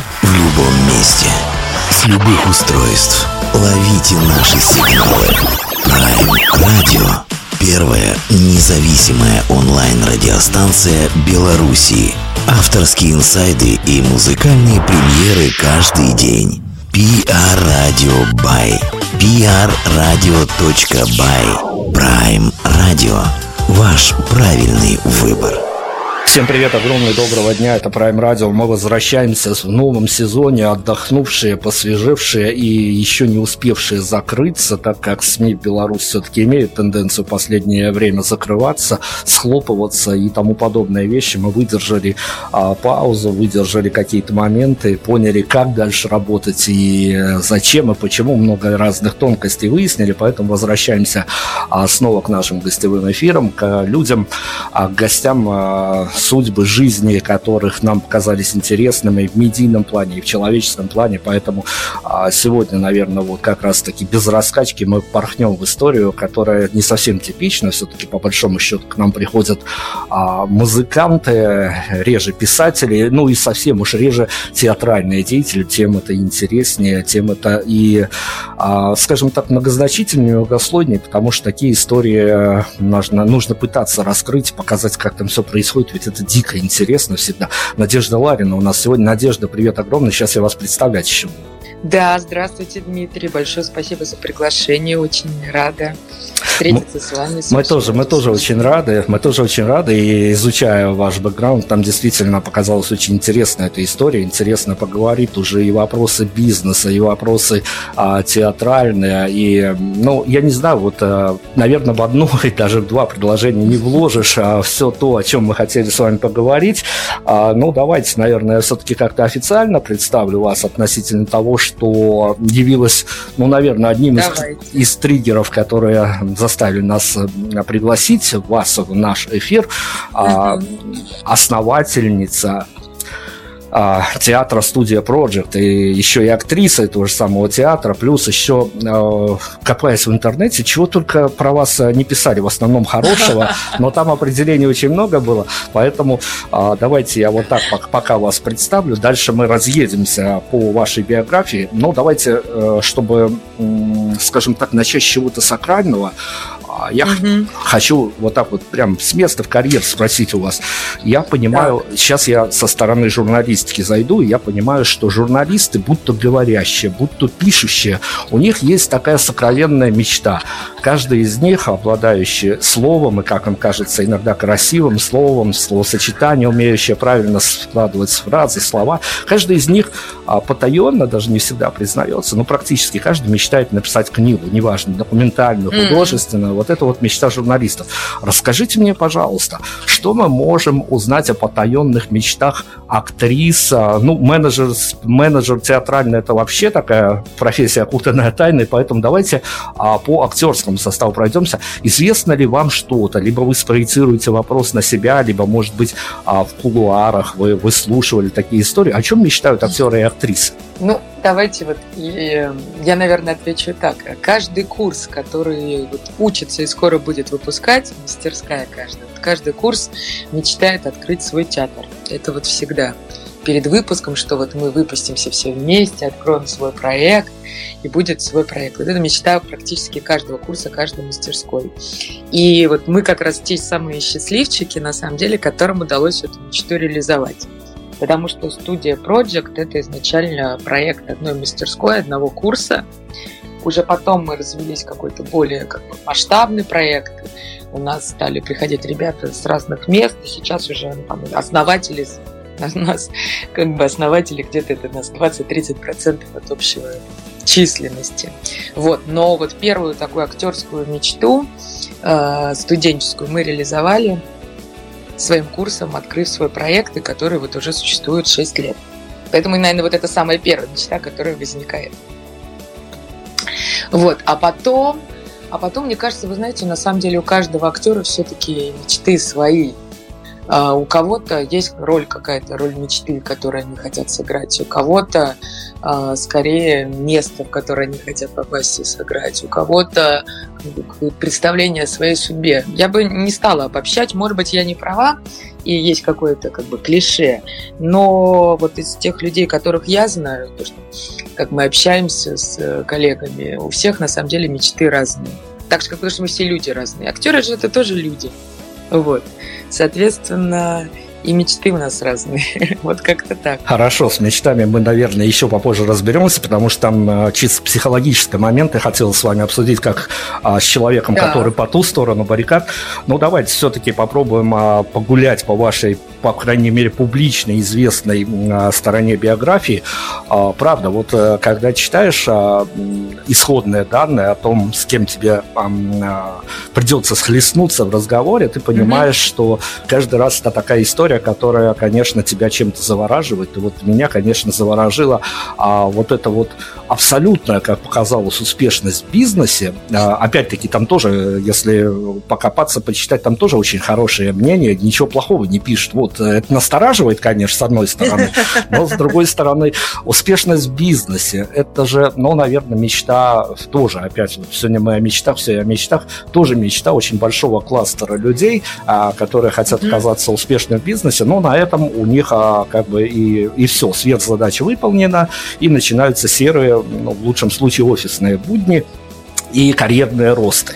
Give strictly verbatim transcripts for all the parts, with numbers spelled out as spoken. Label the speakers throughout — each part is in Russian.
Speaker 1: в любом месте, с любых устройств. Ловите наши сигналы. Prime Radio. Первая независимая онлайн-радиостанция Беларуси. Авторские инсайды и музыкальные премьеры каждый день. пи ар Radio by пи ар радио точка бай. Prime Radio. Ваш правильный выбор.
Speaker 2: Всем привет, огромное доброго дня, это Prime Radio. Мы возвращаемся в новом сезоне, отдохнувшие, посвежевшие и еще не успевшие закрыться, так как СМИ в Беларуси все-таки имеют тенденцию в последнее время закрываться, схлопываться и тому подобные вещи. Мы выдержали а, паузу, выдержали какие-то моменты, поняли, как дальше работать и зачем и почему, много разных тонкостей выяснили, поэтому возвращаемся а, снова к нашим гостевым эфирам, к людям, а, к гостям, а, судьбы жизни, которых нам показались интересными в медийном плане и в человеческом плане, поэтому а, сегодня, наверное, вот как раз-таки без раскачки мы порхнем в историю, которая не совсем типична, все-таки по большому счету к нам приходят а, музыканты, реже писатели, ну и совсем уж реже театральные деятели, тем это интереснее, тем это и, а, скажем так, многозначительнее, многослойнее, потому что такие истории нужно, нужно пытаться раскрыть, показать, как там все происходит, ведь это дико интересно всегда. Надежда Ларина у нас сегодня. Надежда, привет огромный. Сейчас я вас представлять еще буду.
Speaker 3: Да, здравствуйте, Дмитрий. Большое спасибо за приглашение. Очень рада встретиться мы, с вами.
Speaker 2: Мы тоже, мы тоже очень рады. Мы тоже очень рады. И изучая ваш бэкграунд, там действительно показалась очень интересная эта история. Интересно поговорить уже и вопросы бизнеса, и вопросы а, театральные. И, ну, я не знаю, вот, а, наверное, в одно и даже в два предложения не вложишь а, все то, о чем мы хотели с вами поговорить. А, ну, давайте, наверное, я все-таки как-то официально представлю вас относительно того, что что явилось, ну, наверное, одним из, из триггеров, которые заставили нас пригласить вас в наш эфир, mm-hmm. основательница театра «Студия Project», и еще и актриса этого же самого театра, плюс еще, копаясь в интернете, чего только про вас не писали, в основном хорошего, но там определений очень много было, поэтому давайте я вот так пока вас представлю, дальше мы разъедемся по вашей биографии, но давайте, чтобы, скажем так, начать с чего-то сакрального, я mm-hmm. хочу вот так вот прям с места в карьер спросить у вас. Я понимаю, да. Сейчас я со стороны журналистики зайду, и я понимаю, что журналисты, будь то говорящие, будь то пишущие, у них есть такая сокровенная мечта. Каждый из них, обладающий словом, и, как им кажется, иногда красивым словом, словосочетание, умеющее правильно складывать фразы, слова, каждый из них а, потаенно, даже не всегда признается, но практически каждый мечтает написать книгу, неважно, документальную, художественную, mm-hmm. Вот это вот мечта журналистов. Расскажите мне, пожалуйста, что мы можем узнать о потаенных мечтах актрис? Ну, менеджер, менеджер театральный – это вообще такая профессия, окутанная тайной, поэтому давайте а, по актерскому составу пройдемся. Известно ли вам что-то? Либо вы спроецируете вопрос на себя, либо, может быть, а, в кулуарах вы выслушивали такие истории. О чем мечтают актеры и актрисы?
Speaker 3: Ну, давайте вот я, наверное, отвечу так. Каждый курс, который вот учится и скоро будет выпускать, мастерская каждая, вот каждый курс мечтает открыть свой театр. Это вот всегда перед выпуском, что вот мы выпустимся все вместе, откроем свой проект, и будет свой проект. Вот это мечта практически каждого курса, каждой мастерской. И вот мы как раз те самые счастливчики, на самом деле, которым удалось эту мечту реализовать. Потому что студия Project – это изначально проект одной мастерской, одного курса. Уже потом мы развились в какой-то более как бы, масштабный проект. У нас стали приходить ребята с разных мест. И сейчас уже там, основатели, у нас как бы основатели где-то это у нас двадцать-тридцать процентов от общего численности. Вот. Но вот первую такую актерскую мечту э, студенческую мы реализовали своим курсом, открыв свой проект, который вот уже существует шесть лет. Поэтому, наверное, вот это самая первая мечта, которая возникает. Вот. А потом, а потом, мне кажется, вы знаете, на самом деле у каждого актера все-таки мечты свои. А у кого-то есть роль какая-то, роль мечты, которую они хотят сыграть. У кого-то а, скорее место, в которое они хотят попасть и сыграть. У кого-то представление о своей судьбе. Я бы не стала обобщать, может быть, я не права, и есть какое-то как бы клише, но вот из тех людей, которых я знаю, то, что, как мы общаемся с коллегами, у всех на самом деле мечты разные. Так же, как потому что мы все люди разные. Актеры же это тоже люди. Вот. Соответственно, и мечты у нас разные. Вот как-то так.
Speaker 2: Хорошо, с мечтами мы, наверное, еще попозже разберемся, потому что там чисто психологический момент я хотел с вами обсудить, как а, с человеком, да. который по ту сторону баррикад. Ну, давайте все-таки попробуем а, погулять по вашей, по крайней мере, публичной, известной а, стороне биографии. А, правда, вот а, когда читаешь а, исходные данные о том, с кем тебе а, придется схлестнуться в разговоре, ты понимаешь, mm-hmm. что каждый раз это такая история, которая, конечно, тебя чем-то завораживает. И вот меня, конечно, заворожила а, вот это вот абсолютная, как показалось, успешность в бизнесе. А, опять-таки, там тоже, если покопаться, почитать, там тоже очень хорошее мнение, ничего плохого не пишут. Вот, это настораживает, конечно, с одной стороны, но с другой стороны, успешность в бизнесе, это же, ну, наверное, мечта тоже, опять, вот, сегодня мы о мечтах, все о мечтах, тоже мечта очень большого кластера людей, а, которые хотят оказаться успешными в бизнесе. Но на этом у них а, как бы и, и все, сверхзадача выполнена, и начинаются серые, ну, в лучшем случае офисные будни и карьерные росты.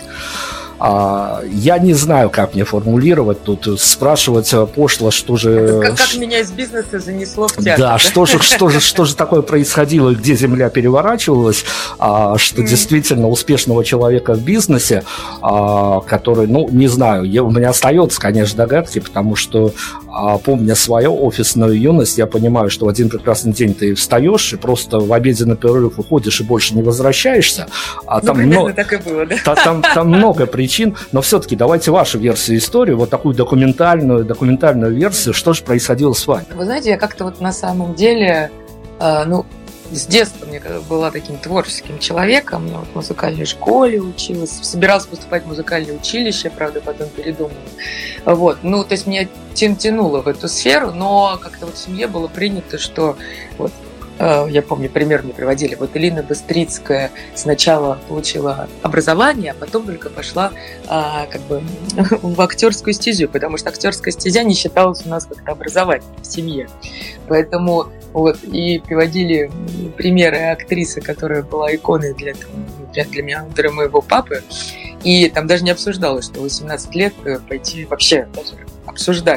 Speaker 2: А, я не знаю, как мне формулировать тут, спрашивать пошло, что же...
Speaker 3: Как, как меня из бизнеса занесло в театр.
Speaker 2: Да, да? Что, же, что, же, что же такое происходило, и где земля переворачивалась, а, что mm. действительно успешного человека в бизнесе, а, который, ну, не знаю, я, у меня остается, конечно, догадки, потому что, а, помня свою офисную юность, я понимаю, что в один прекрасный день ты встаешь и просто в обеденный перерыв уходишь и больше не возвращаешься. А
Speaker 3: ну,
Speaker 2: там
Speaker 3: примерно
Speaker 2: много,
Speaker 3: так и было, да?
Speaker 2: Та, там, там много причин. Но все-таки давайте вашу версию истории, вот такую документальную, документальную версию, что же происходило с вами?
Speaker 3: Вы знаете, я как-то вот на самом деле, э, ну, с детства мне была таким творческим человеком, я вот в музыкальной школе училась, собиралась поступать в музыкальное училище, правда, потом передумала. Вот, ну, то есть меня тянуло в эту сферу, но как-то вот в семье было принято, что вот, я помню, пример мне приводили. Вот Элина Быстрицкая сначала получила образование, а потом только пошла а, как бы в актерскую стезю, потому что актерская стезя не считалась у нас как-то образованием в семье. Поэтому вот и приводили примеры актрисы, которая была иконой для, для, для меня, для моего папы. И там даже не обсуждалось, что восемнадцать лет пойти вообще даже обсуждать,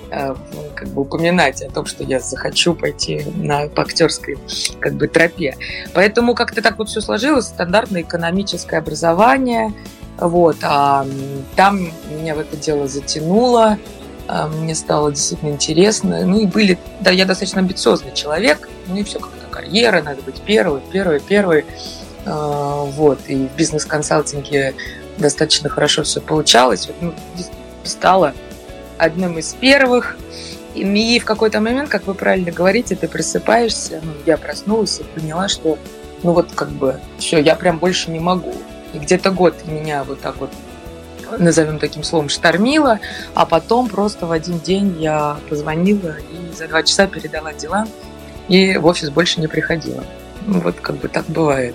Speaker 3: как бы упоминать о том, что я захочу пойти на, по актерской как бы тропе. Поэтому как-то так вот все сложилось, стандартное экономическое образование, вот, а там меня в это дело затянуло, мне стало действительно интересно, ну и были, да, я достаточно амбициозный человек, ну и все как-то карьера, надо быть первый, первый, первый, вот, и в бизнес-консалтинге достаточно хорошо все получалось, вот, ну, стало одним из первых. И в какой-то момент, как вы правильно говорите, ты просыпаешься, ну, я проснулась и поняла, что ну вот как бы все, я прям больше не могу. И где-то год меня вот так вот, назовем таким словом, штормило, а потом просто в один день я позвонила и за два часа передала дела, и в офис больше не приходила. Ну, вот как бы так бывает.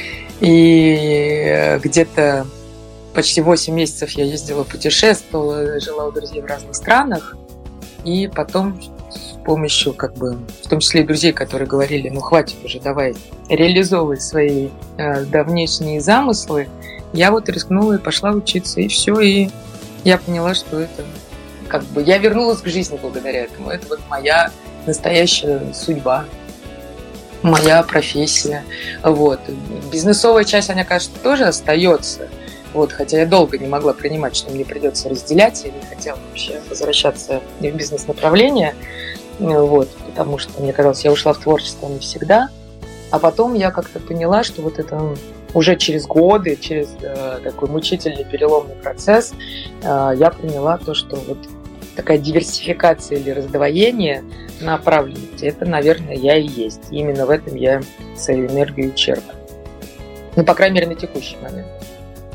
Speaker 3: И где-то почти восемь месяцев я ездила, путешествовала, жила у друзей в разных странах. И потом с помощью, как бы, в том числе и друзей, которые говорили, ну хватит уже, давай реализовывай свои э, давнешние замыслы, я вот рискнула и пошла учиться. И все, и я поняла, что это как бы я вернулась к жизни благодаря этому. Это вот моя настоящая судьба, моя профессия. Вот. Бизнесовая часть, она, конечно, тоже остается. Вот, хотя я долго не могла принимать, что мне придется разделять, я не хотела вообще возвращаться в бизнес-направление, вот, потому что мне казалось, я ушла в творчество навсегда, а потом я как-то поняла, что вот это уже через годы, через э, такой мучительный переломный процесс, э, я поняла то, что вот такая диверсификация или раздвоение направленности, это, наверное, я и есть. И именно в этом я свою энергию черпаю. Ну, по крайней мере, на текущий момент.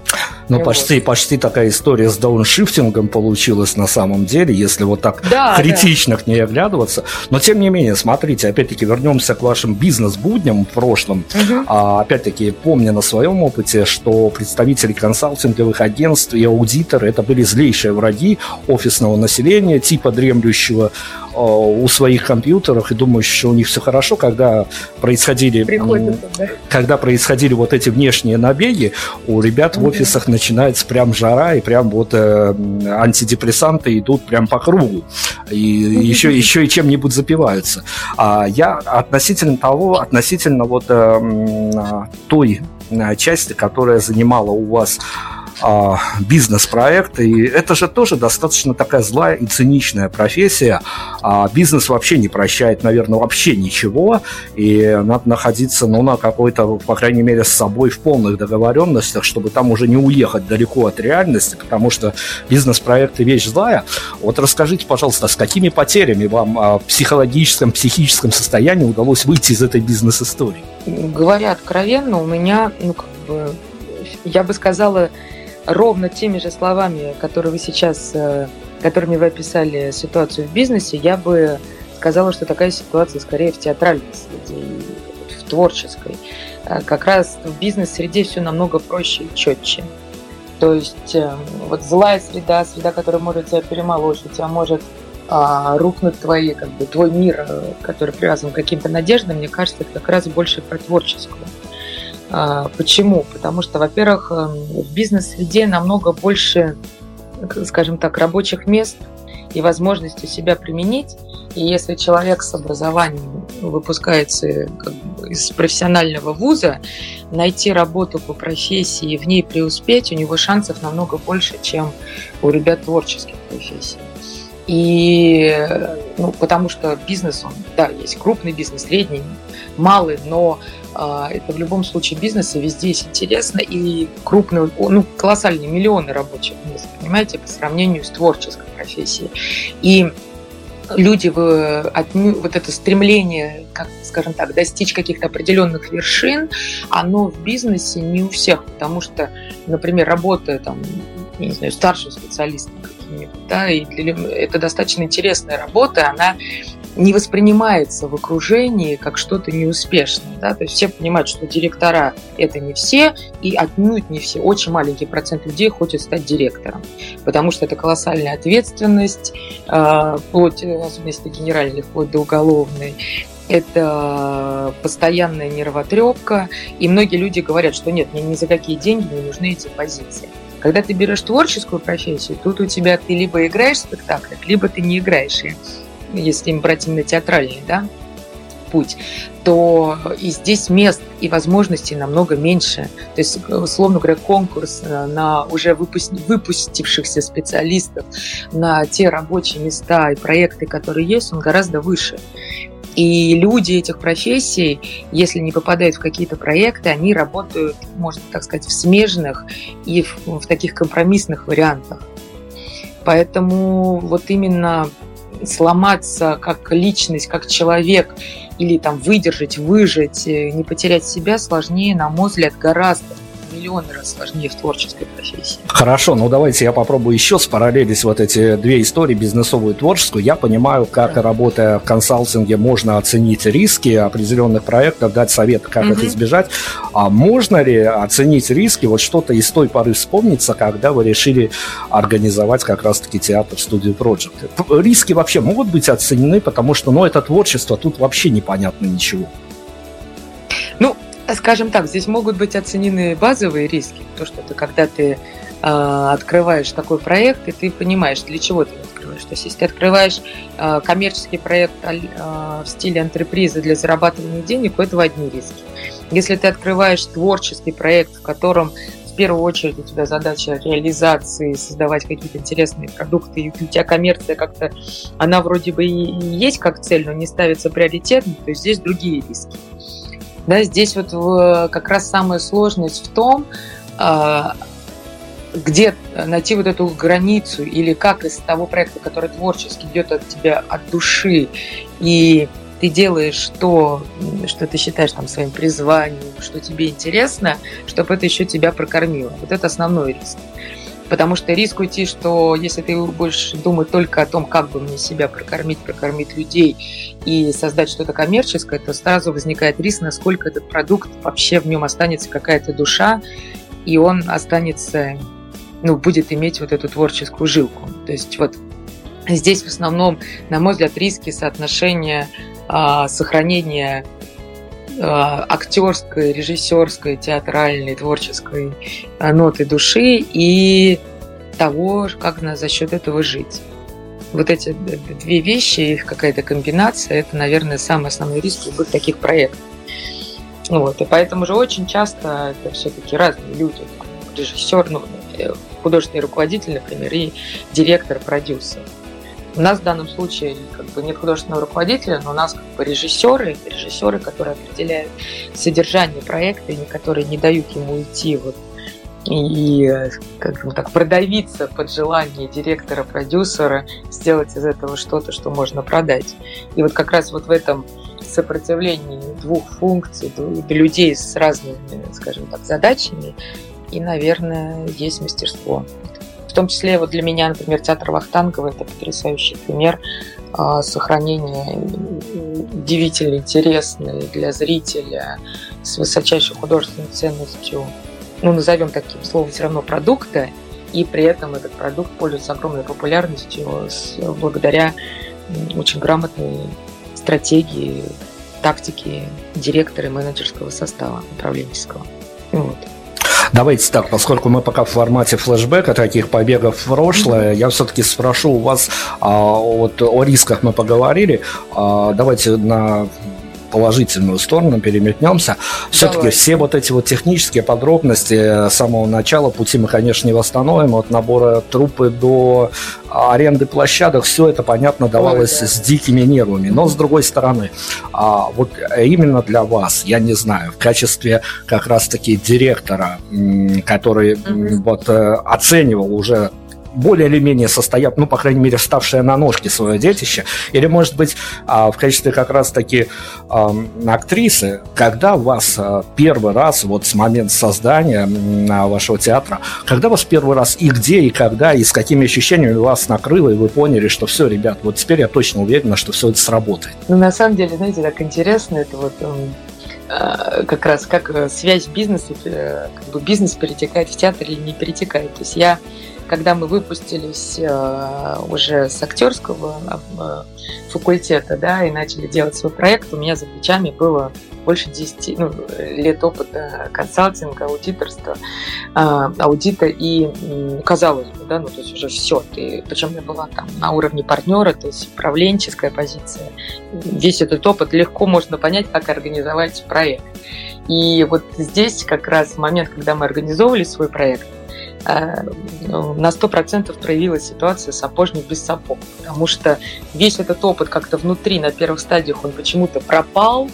Speaker 2: Ну, почти, вот. почти такая история с дауншифтингом получилась на самом деле, если вот так
Speaker 3: да,
Speaker 2: критично
Speaker 3: да.
Speaker 2: к ней оглядываться. Но, тем не менее, смотрите, опять-таки, вернемся к вашим бизнес-будням в прошлом. Угу. А, опять-таки, помня на своем опыте, что представители консалтинговых агентств и аудиторы – это были злейшие враги офисного населения, типа дремлющего э, у своих компьютеров и думающих, что у них все хорошо, когда происходили,
Speaker 3: Приходит, да.
Speaker 2: когда происходили вот эти внешние набеги, у ребят угу. в офисах начинается прям жара, и прям вот э, антидепрессанты идут прям по кругу, и еще, еще и чем-нибудь запиваются. А я относительно того, относительно вот э, той э, части, которая занимала у вас а, бизнес-проект, и это же тоже достаточно такая злая и циничная профессия. А бизнес вообще не прощает, наверное, вообще ничего, и надо находиться, ну, на какой-то, по крайней мере, с собой в полных договоренностях, чтобы там уже не уехать далеко от реальности, потому что бизнес-проекты вещь злая. Вот расскажите, пожалуйста, с какими потерями вам а, в психологическом, психическом состоянии удалось выйти из этой бизнес-истории?
Speaker 3: Говоря откровенно, у меня, ну, как бы, я бы сказала, ровно теми же словами, которые вы сейчас, которыми вы описали ситуацию в бизнесе, я бы сказала, что такая ситуация скорее в театральной среде, в творческой. Как раз в бизнес-среде все намного проще и четче. То есть вот злая среда, среда, которая может тебя перемолоть, у тебя может а, рухнуть твои, как бы, твой мир, который привязан к каким-то надеждам, мне кажется, это как раз больше про творческую. Почему? Потому что, во-первых, в бизнес-среде намного больше, скажем так, рабочих мест и возможности себя применить. И если человек с образованием выпускается как бы из профессионального вуза, найти работу по профессии и в ней преуспеть, у него шансов намного больше, чем у ребят творческих профессий. И, ну, потому что бизнес, он, да, есть крупный бизнес, средний, малый, но а, это в любом случае бизнес, и везде есть интересно, и крупный, ну, колоссальные миллионы рабочих мест, понимаете, по сравнению с творческой профессией. И люди, вот это стремление, как, скажем так, достичь каких-то определенных вершин, оно в бизнесе не у всех, потому что, например, работая там, я не знаю, старшим специалистом каким-нибудь, да, и для, это достаточно интересная работа, она не воспринимается в окружении как что-то неуспешное, да, то есть все понимают, что директора – это не все, и отнюдь не все, очень маленький процент людей хочет стать директором, потому что это колоссальная ответственность, вплоть, особенно если генеральный, вплоть до уголовной, это постоянная нервотрепка, и многие люди говорят, что нет, мне ни за какие деньги не нужны эти позиции. Когда ты берешь творческую профессию, тут у тебя ты либо играешь в спектаклях, либо ты не играешь. И если им брать именно театральный, да, путь, то и здесь мест и возможностей намного меньше. То есть, условно говоря, конкурс на уже выпустившихся специалистов, на те рабочие места и проекты, которые есть, он гораздо выше. И люди этих профессий, если не попадают в какие-то проекты, они работают, можно так сказать, в смежных и в, в таких компромиссных вариантах. Поэтому вот именно сломаться как личность, как человек, или там выдержать, выжить, не потерять себя сложнее, на мой взгляд, гораздо. Миллионы раз сложнее в творческой профессии.
Speaker 2: Хорошо, ну давайте я попробую еще спараллелить вот эти две истории, бизнесовую и творческую. Я понимаю, как, да, работая в консалтинге, можно оценить риски определенных проектов, дать советы, как, угу, их избежать. А можно ли оценить риски? Вот что-то из той поры вспомнится, когда вы решили организовать как раз-таки театр студию Project. Риски вообще могут быть оценены, потому что, ну, это творчество, тут вообще непонятно ничего.
Speaker 3: Ну, скажем так, здесь могут быть оценены базовые риски, то, что ты, когда ты э, открываешь такой проект, и ты понимаешь, для чего ты его открываешь. То есть, если ты открываешь э, коммерческий проект э, в стиле антрепризы для зарабатывания денег, у этого одни риски. Если ты открываешь творческий проект, в котором в первую очередь у тебя задача реализации, создавать какие-то интересные продукты, и у тебя коммерция как-то, она вроде бы и есть как цель, но не ставится приоритетно, то есть здесь другие риски. Да, здесь вот как раз самая сложность в том, где найти вот эту границу, или как из того проекта, который творчески идет от тебя, от души, и ты делаешь то, что ты считаешь там своим призванием, что тебе интересно, чтобы это еще тебя прокормило. Вот это основной риск. Потому что риск уйти, что если ты будешь думать только о том, как бы мне себя прокормить, прокормить людей и создать что-то коммерческое, то сразу возникает риск, насколько этот продукт, вообще в нем останется какая-то душа, и он останется, ну, будет иметь вот эту творческую жилку. То есть вот здесь в основном, на мой взгляд, риски соотношения а, сохранения актерской, режиссерской, театральной, творческой ноты души и того, как за счет этого жить. Вот эти две вещи, их какая-то комбинация, это, наверное, самый основной риск любых таких проектов. Вот. И поэтому же очень часто это все-таки разные люди. Режиссер, ну, художественный руководитель, например, и директор, продюсер. У нас в данном случае как бы нет художественного руководителя, но у нас как бы режиссеры, режиссеры, которые определяют содержание проекта, и которые не дают ему уйти вот, и, как бы так, продавиться под желание директора, продюсера, сделать из этого что-то, что можно продать. И вот как раз вот в этом сопротивлении двух функций, людей с разными, скажем так, задачами, и, наверное, есть мастерство. В том числе вот для меня, например, театр Вахтангова – это потрясающий пример э, сохранения удивительно интересной для зрителя с высочайшей художественной ценностью, ну, назовем таким словом, все равно продукта, и при этом этот продукт пользуется огромной популярностью с, благодаря очень грамотной стратегии, тактике директора и менеджерского состава управленческого. Вот.
Speaker 2: Давайте так, поскольку мы пока в формате флешбека, таких побегов в прошлое, mm-hmm. я все-таки спрошу у вас, а, вот о рисках мы поговорили, а, давайте на положительную сторону переметнемся. Все-таки Давай. все вот эти вот технические подробности с самого начала пути мы, конечно, не восстановим. От набора труппы до аренды площадок, все это, понятно, давалось Ой, да. с дикими нервами. Но, с другой стороны, а, вот именно для вас, я не знаю, в качестве как раз-таки директора, который mm-hmm. вот оценивал уже более или менее состоят, ну, по крайней мере, вставшее на ножки свое детище, или, может быть, в качестве как раз-таки актрисы, когда вас первый раз, вот с момента создания вашего театра, когда вас первый раз и где, и когда, и с какими ощущениями вас накрыло, и вы поняли, что все, ребят, вот теперь я точно уверена, что все это сработает?
Speaker 3: Ну, на самом деле, знаете, так интересно, это вот как раз как связь бизнеса, как бы бизнес перетекает в театр или не перетекает. То есть я когда мы выпустились э, уже с актерского э, факультета, да, и начали делать свой проект, у меня за плечами было больше десяти ну, лет опыта консалтинга, аудиторства, э, аудита, и э, казалось бы, да, ну, то есть уже все. Ты, причем я была там на уровне партнера, то есть управленческая позиция. Весь этот опыт легко можно понять, как организовать проект. И вот здесь как раз в момент, когда мы организовывали свой проект, на сто процентов проявилась ситуация сапожник без сапог, потому что весь этот опыт как-то внутри, на первых стадиях, он почему-то пропал,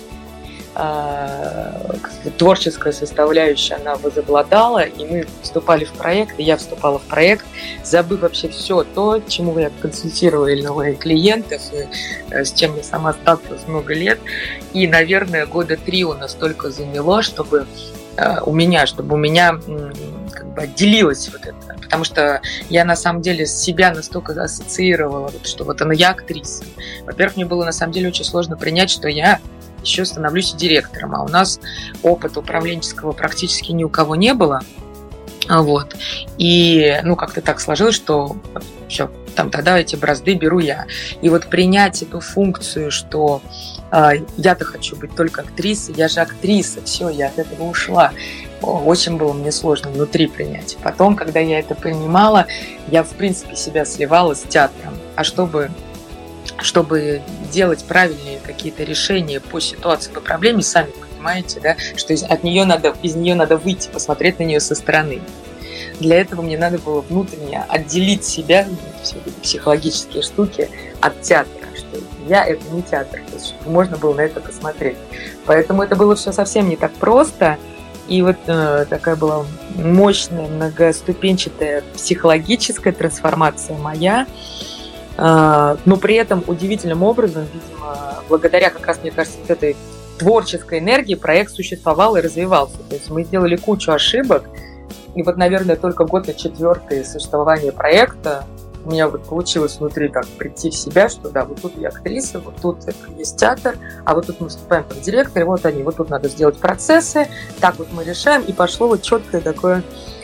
Speaker 3: творческая составляющая, она возобладала, и мы вступали в проект, и я вступала в проект, забыв вообще все то, чему я консультировала новых клиентов, и с чем я сама сталкивалась много лет, и, наверное, года три у нас только заняло, чтобы у меня, чтобы у меня как бы отделилось вот это, потому что я на самом деле себя настолько ассоциировала, что вот она, я актриса. Во-первых, мне было на самом деле очень сложно принять, что я еще становлюсь директором, а у нас опыта управленческого практически ни у кого не было, вот, и, ну, как-то так сложилось, что все, там тогда эти бразды беру я, и вот принять эту функцию, что э, я-то хочу быть только актрисой, я же актриса, все, я от этого ушла, очень было мне сложно внутри принять. Потом, когда я это принимала, я, в принципе, себя сливала с театром, а чтобы чтобы делать правильные какие-то решения по ситуации, по проблеме, сами понимаете, да, что из, от нее надо, из нее надо выйти, посмотреть на нее со стороны. Для этого мне надо было внутренне отделить себя, все эти психологические штуки, от театра, что я – это не театр, то есть, чтобы можно было на это посмотреть. Поэтому это было все совсем не так просто, и вот э, такая была мощная, многоступенчатая психологическая трансформация моя, но при этом удивительным образом, видимо, благодаря как раз, мне кажется, вот этой творческой энергии проект существовал и развивался. То есть мы сделали кучу ошибок, и вот, наверное, только год на четвертое существование проекта у меня вот получилось внутри так прийти в себя, что да, вот тут я актриса, вот тут есть театр, а вот тут мы выступаем как директор, и вот они, вот тут надо сделать процессы, так вот мы решаем, и пошло вот четкое такое,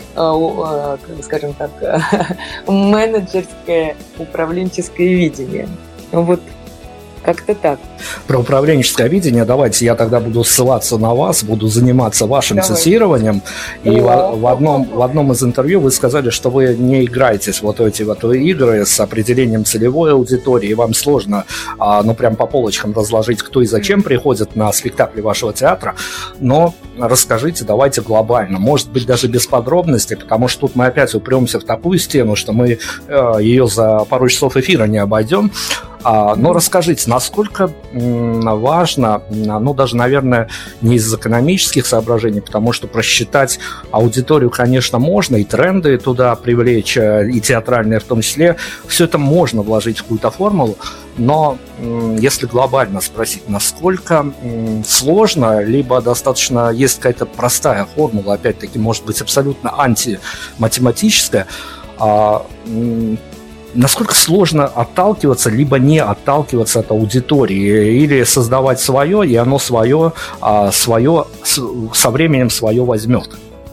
Speaker 3: скажем так, менеджерское, управленческое видение. Вот как-то так.
Speaker 2: Про управленческое видение давайте я тогда буду ссылаться на вас, буду заниматься вашим
Speaker 3: Давай.
Speaker 2: цитированием. И
Speaker 3: О,
Speaker 2: в, в, одном, в одном из интервью вы сказали, что вы не играетесь вот эти вот игры с определением целевой аудитории, и вам сложно, а, ну, прям по полочкам разложить, кто и зачем приходит на спектакли вашего театра. Но расскажите, давайте глобально, может быть, даже без подробностей, потому что тут мы опять упремся в такую стену, что мы э, ее за пару часов эфира не обойдем. А, но расскажите, насколько м, важно, ну, даже, наверное, не из экономических соображений, потому что просчитать аудиторию, конечно, можно, и тренды туда привлечь, и театральные в том числе, все это можно вложить в какую-то формулу, но м, если глобально спросить, насколько м, сложно, либо достаточно есть какая-то простая формула, опять-таки, может быть, абсолютно антиматематическая, а, м, насколько сложно отталкиваться, либо не отталкиваться от аудитории, или создавать свое, и оно свое, а свое со временем свое возьмет?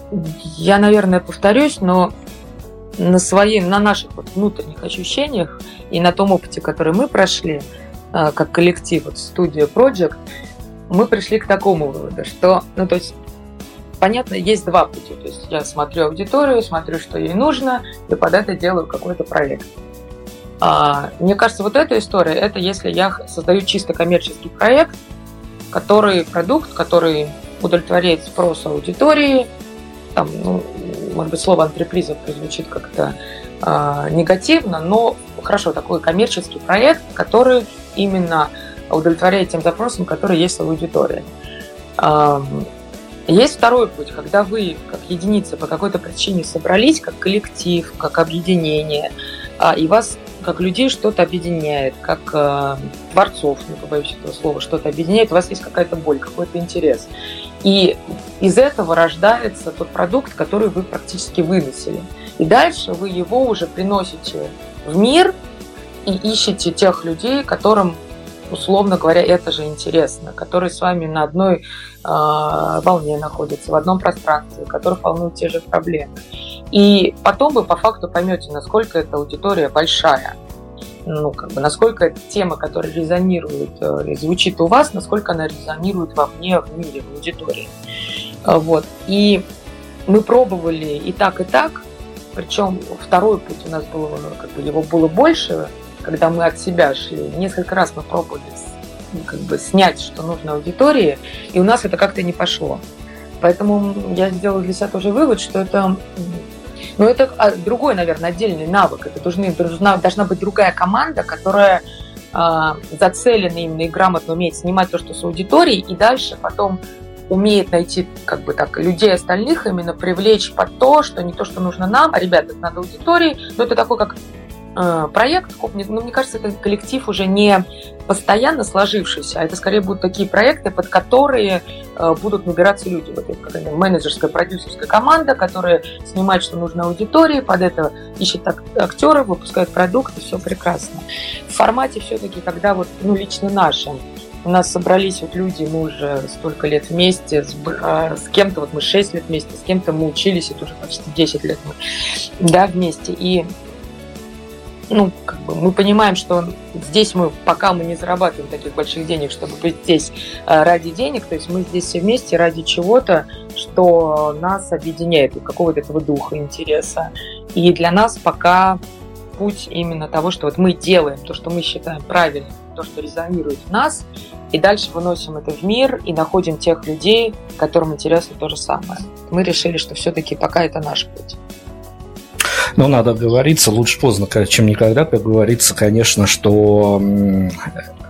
Speaker 3: Я, наверное, повторюсь, но на своих, на наших вот внутренних ощущениях и на том опыте, который мы прошли, как коллектив, вот студия Project, мы пришли к такому выводу, что, ну, то есть, понятно, есть два пути. То есть я смотрю аудиторию, смотрю, что ей нужно, и под это делаю какой-то проект. А, мне кажется, вот эта история, это если я создаю чисто коммерческий проект, который, продукт, который удовлетворяет спрос аудитории, там, ну, может быть, слово «антреприза» прозвучит как-то а, негативно, но хорошо, такой коммерческий проект, который именно удовлетворяет тем запросам, которые есть в аудитории. А, есть второй путь, когда вы, как единица, по какой-то причине собрались, как коллектив, как объединение, а, и вас, как людей, что-то объединяет, как э, творцов, не побоюсь этого слова, что-то объединяет, у вас есть какая-то боль, какой-то интерес. И из этого рождается тот продукт, который вы практически выносили. И дальше вы его уже приносите в мир и ищете тех людей, которым, условно говоря, это же интересно, которые с вами на одной э, волне находятся, в одном пространстве, которых волнуют те же проблемы. И потом вы по факту поймете, насколько эта аудитория большая, ну, как бы, насколько эта тема, которая резонирует, э, звучит у вас, насколько она резонирует вовне, в мире, в аудитории. Вот. И мы пробовали и так, и так, причем второй путь у нас был, как бы, его было больше, когда мы от себя шли. Несколько раз мы пробовали, как бы, снять, что нужно аудитории, и у нас это как-то не пошло. Поэтому я сделала для себя тоже вывод, что это, ну, это другой, наверное, отдельный навык. Это должны, должна, должна быть другая команда, которая э, зацелена именно и грамотно умеет снимать то, что с аудиторией, и дальше потом умеет найти, как бы так, людей остальных, именно привлечь под то, что не то, что нужно нам, а, ребята, это надо аудитории. Но это такой, как э, проект, ну, мне кажется, это коллектив уже не постоянно сложившийся, а это скорее будут такие проекты, под которые э, будут набираться люди. Вот это какая-то менеджерская, продюсерская команда, которая снимает, что нужно аудитории, под это ищет ак- актеров, выпускает продукты, все прекрасно. В формате все-таки, когда вот, ну, лично наши, у нас собрались вот люди, мы уже столько лет вместе, с, а, с кем-то, вот мы шесть лет вместе, с кем-то мы учились, это уже почти десять лет мы, да, вместе. И, ну, как бы мы понимаем, что здесь мы, пока мы не зарабатываем таких больших денег, чтобы быть здесь а, ради денег, то есть мы здесь все вместе ради чего-то, что нас объединяет, какого-то этого духа, интереса. И для нас пока путь именно того, что вот мы делаем то, что мы считаем правильным, то, что резонирует в нас, и дальше выносим это в мир и находим тех людей, которым интересно то же самое. Мы решили, что все-таки пока это наш путь.
Speaker 2: Ну, надо говориться, лучше поздно, чем никогда, как говорится, конечно, что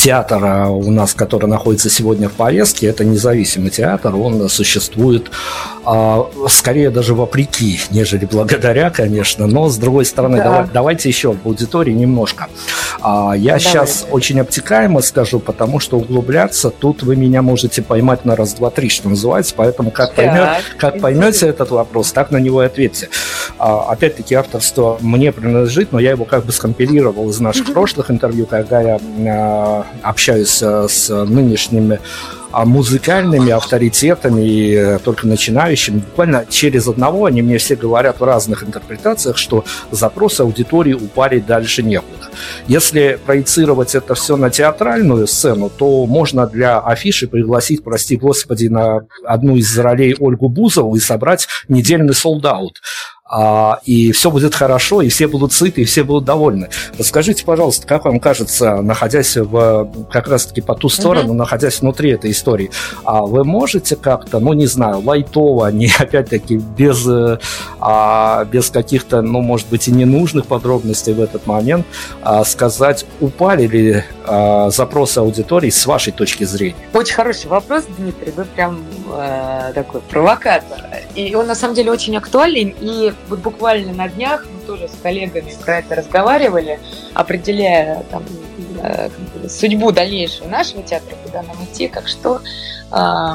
Speaker 2: театр у нас, который находится сегодня в повестке, это независимый театр, он существует а, скорее даже вопреки, нежели благодаря, конечно, но с другой стороны, да. давай, давайте еще в аудитории немножко. А, я давайте. Сейчас очень обтекаемо скажу, потому что углубляться тут вы меня можете поймать на раз, два, три, что называется, поэтому как, поймет, как поймете этот вопрос, так на него и ответьте. А, опять-таки авторство мне принадлежит, но я его как бы скомпилировал из наших mm-hmm. прошлых интервью, когда я а, общаюсь а, с нынешними музыкальными авторитетами и только начинающими. Буквально через одного они мне все говорят в разных интерпретациях, что запросы аудитории упали дальше некуда. Если проецировать это все на театральную сцену, то можно для афиши пригласить, прости господи, на одну из ролей Ольгу Бузову и собрать недельный солд-аут. А, и все будет хорошо, и все будут сыты, и все будут довольны. Расскажите, пожалуйста, как вам кажется, находясь в, как раз-таки по ту сторону, mm-hmm. находясь внутри этой истории, а вы можете как-то, ну, не знаю, лайтово, не, опять-таки, без, а, без каких-то, ну, может быть, и ненужных подробностей в этот момент а, сказать, упали ли а, запросы аудитории с вашей точки зрения?
Speaker 3: Очень хороший вопрос, Дмитрий, вы прям э, такой провокатор. И он, на самом деле, очень актуален, и вот буквально на днях мы тоже с коллегами про это разговаривали, определяя там, э, судьбу дальнейшую нашего театра, куда нам идти, как что. Э,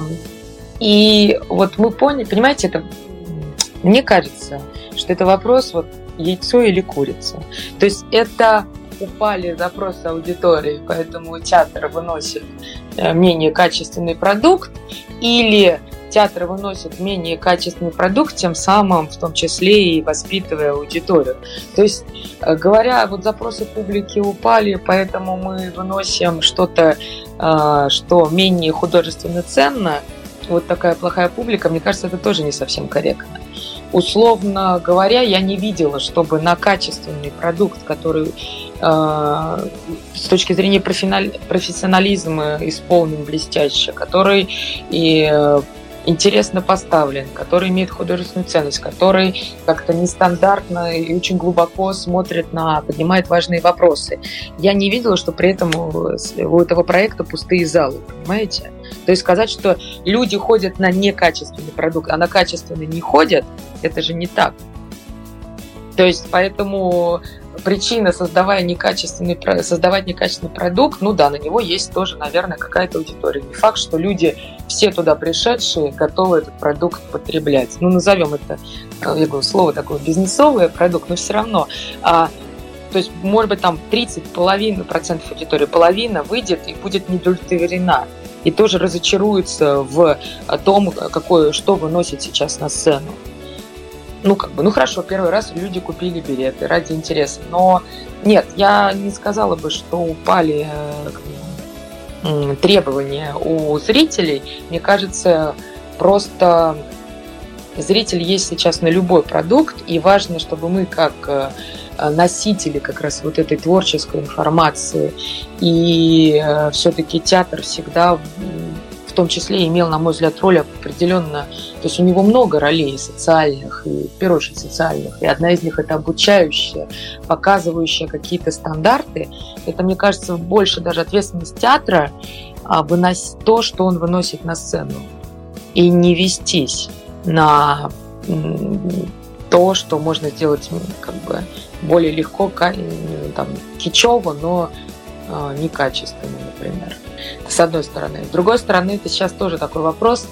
Speaker 3: и вот мы поняли, понимаете, это, мне кажется, что это вопрос вот яйцо или курица. То есть это упали запросы аудитории, поэтому театр выносит менее качественный продукт, или театр выносит менее качественный продукт, тем самым в том числе и воспитывая аудиторию. То есть, говоря, вот запросы публики упали, поэтому мы выносим что-то, что менее художественно ценно, вот такая плохая публика, мне кажется, это тоже не совсем корректно. Условно говоря, я не видела, чтобы на качественный продукт, который э, с точки зрения профессионализма исполнен блестяще, который и э, интересно поставлен, который имеет художественную ценность, который как-то нестандартно и очень глубоко смотрит на, поднимает важные вопросы. Я не видела, что при этом у этого проекта пустые залы, понимаете? То есть сказать, что люди ходят на некачественный продукт, а на качественный не ходят, это же не так. То есть поэтому причина, создавая некачественный, создавать некачественный продукт, ну да, на него есть тоже, наверное, какая-то аудитория. Не факт, что люди, все туда пришедшие, готовы этот продукт потреблять. Ну, назовем это, я говорю, слово такое бизнесовый продукт, но все равно. А, то есть, может быть, там тридцать, половина процентов аудитории, половина выйдет и будет недовлетворена. И тоже разочаруется в том, какое, что выносит сейчас на сцену. Ну, как бы, ну хорошо, первый раз люди купили билеты ради интереса. Но нет, я не сказала бы, что упали э, требования у зрителей. Мне кажется, просто зритель есть сейчас на любой продукт, и важно, чтобы мы как э, носители как раз вот этой творческой информации, и э, все-таки театр всегда в том числе имел, на мой взгляд, роль определенно, то есть у него много ролей социальных, и в первую очередь социальных, и одна из них это обучающая, показывающая какие-то стандарты. Это, мне кажется, больше даже ответственность театра выносить то, что он выносит на сцену, и не вестись на то, что можно сделать как бы более легко, там, кичево, но некачественно, например. С одной стороны. С другой стороны, это сейчас тоже такой вопрос,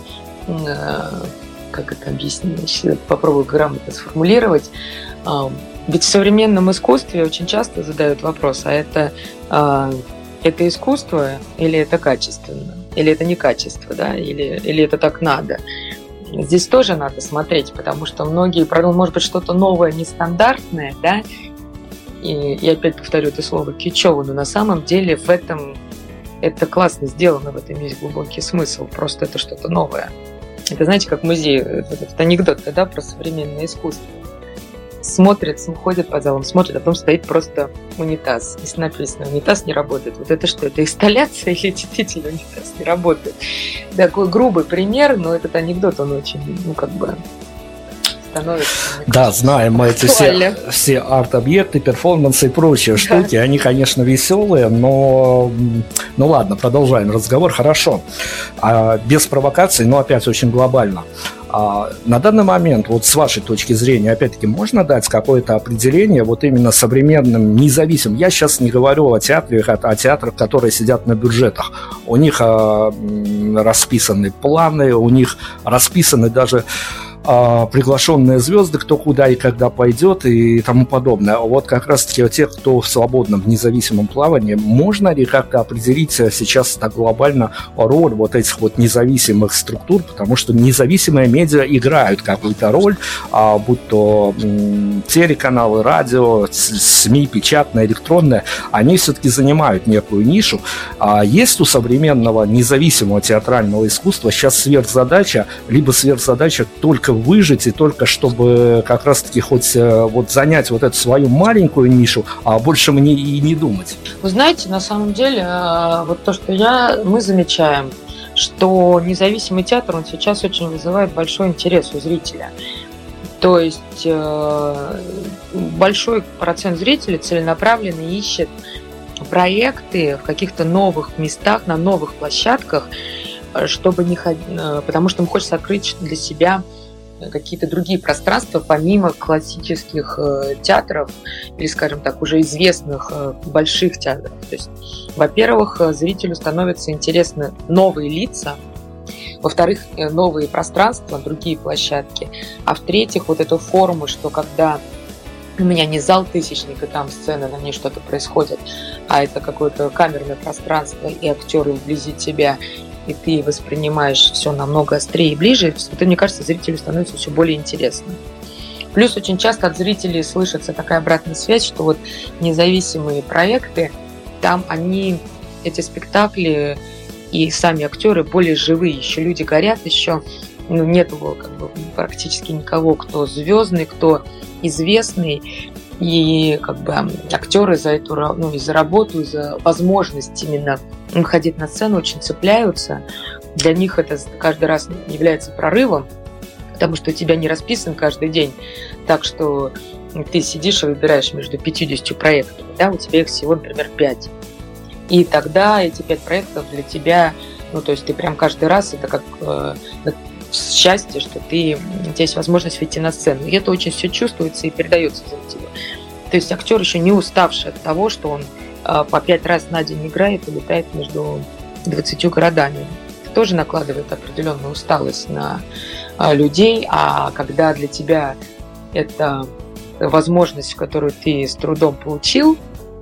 Speaker 3: как это объяснить, попробую грамотно сформулировать. Ведь в современном искусстве очень часто задают вопрос, а это, это искусство или это качественно? Или это не качество, да? Или, или это так надо? Здесь тоже надо смотреть, потому что многие, может быть, что-то новое, нестандартное, да? И я опять повторю это слово кичево, но на самом деле в этом это классно сделано, в этом есть глубокий смысл, просто это что-то новое. Это, знаете, как музей, этот, этот анекдот, да, про современное искусство. Смотрят, ходят по залам, смотрят, а потом стоит просто унитаз. Если написано, унитаз не работает. Вот это что, это инсталляция или действительно унитаз не работает? Такой грубый пример, но этот анекдот, он очень, ну, как бы становится.
Speaker 2: Да, знаем мы эти все, все арт-объекты, перформансы и прочие да. штуки. Они, конечно, веселые, но... Ну ладно, продолжаем разговор. Хорошо. А, без провокаций, но опять очень глобально. А, на данный момент, вот с вашей точки зрения, опять-таки, можно дать какое-то определение вот именно современным, независимым? Я сейчас не говорю о театрах, о театрах, которые сидят на бюджетах. У них а, расписаны планы, у них расписаны даже а, приглашенные звезды, кто куда и когда пойдет и тому подобное. Вот как раз-таки у тех, кто в свободном, в независимом плавании, можно ли как-то определить сейчас так глобально роль вот этих вот независимых структур, потому что независимые медиа играют какую-то роль, а, будь то м, телеканалы, радио, СМИ, печатные, электронные, они все-таки занимают некую нишу. А есть у современного независимого театрального искусства сейчас сверхзадача, либо сверхзадача только выжить и только чтобы как раз-таки хоть вот занять вот эту свою маленькую нишу, а больше мне и не думать.
Speaker 3: Вы знаете, на самом деле, вот то, что я, мы замечаем, что независимый театр, он сейчас очень вызывает большой интерес у зрителя. То есть большой процент зрителей целенаправленно ищет проекты в каких-то новых местах, на новых площадках, чтобы не ходить, потому что им хочется открыть для себя какие-то другие пространства, помимо классических э, театров или, скажем так, уже известных э, больших театров. То есть, во-первых, зрителю становятся интересны новые лица, во-вторых, новые пространства, другие площадки, а в-третьих, вот эту форму, что когда у меня не зал тысячник, и там сцена, на ней что-то происходит, а это какое-то камерное пространство, и актеры вблизи тебя, и ты воспринимаешь все намного острее и ближе, это, мне кажется, зрителю становится все более интересно. Плюс очень часто от зрителей слышится такая обратная связь, что вот независимые проекты, там они, эти спектакли и сами актеры более живые, еще люди горят, еще ну, нету как бы, практически никого, кто звездный, кто известный, и как бы актеры за эту, ну, и за работу, и за возможность именно ходить на сцену очень цепляются. Для них это каждый раз является прорывом, потому что у тебя не расписан каждый день, так что ты сидишь и выбираешь между пятьюдесятью проектами, да, у тебя их всего, например, пять. И тогда эти пять проектов для тебя, ну, то есть ты прям каждый раз, это как э, счастье, что ты, у тебя есть возможность выйти на сцену. И это очень все чувствуется и передается зрителю. То есть актер еще не уставший от того, что он э, по пять раз на день играет и летает между двадцатью городами. Это тоже накладывает определенную усталость на э, людей, а когда для тебя это возможность, которую ты с трудом получил,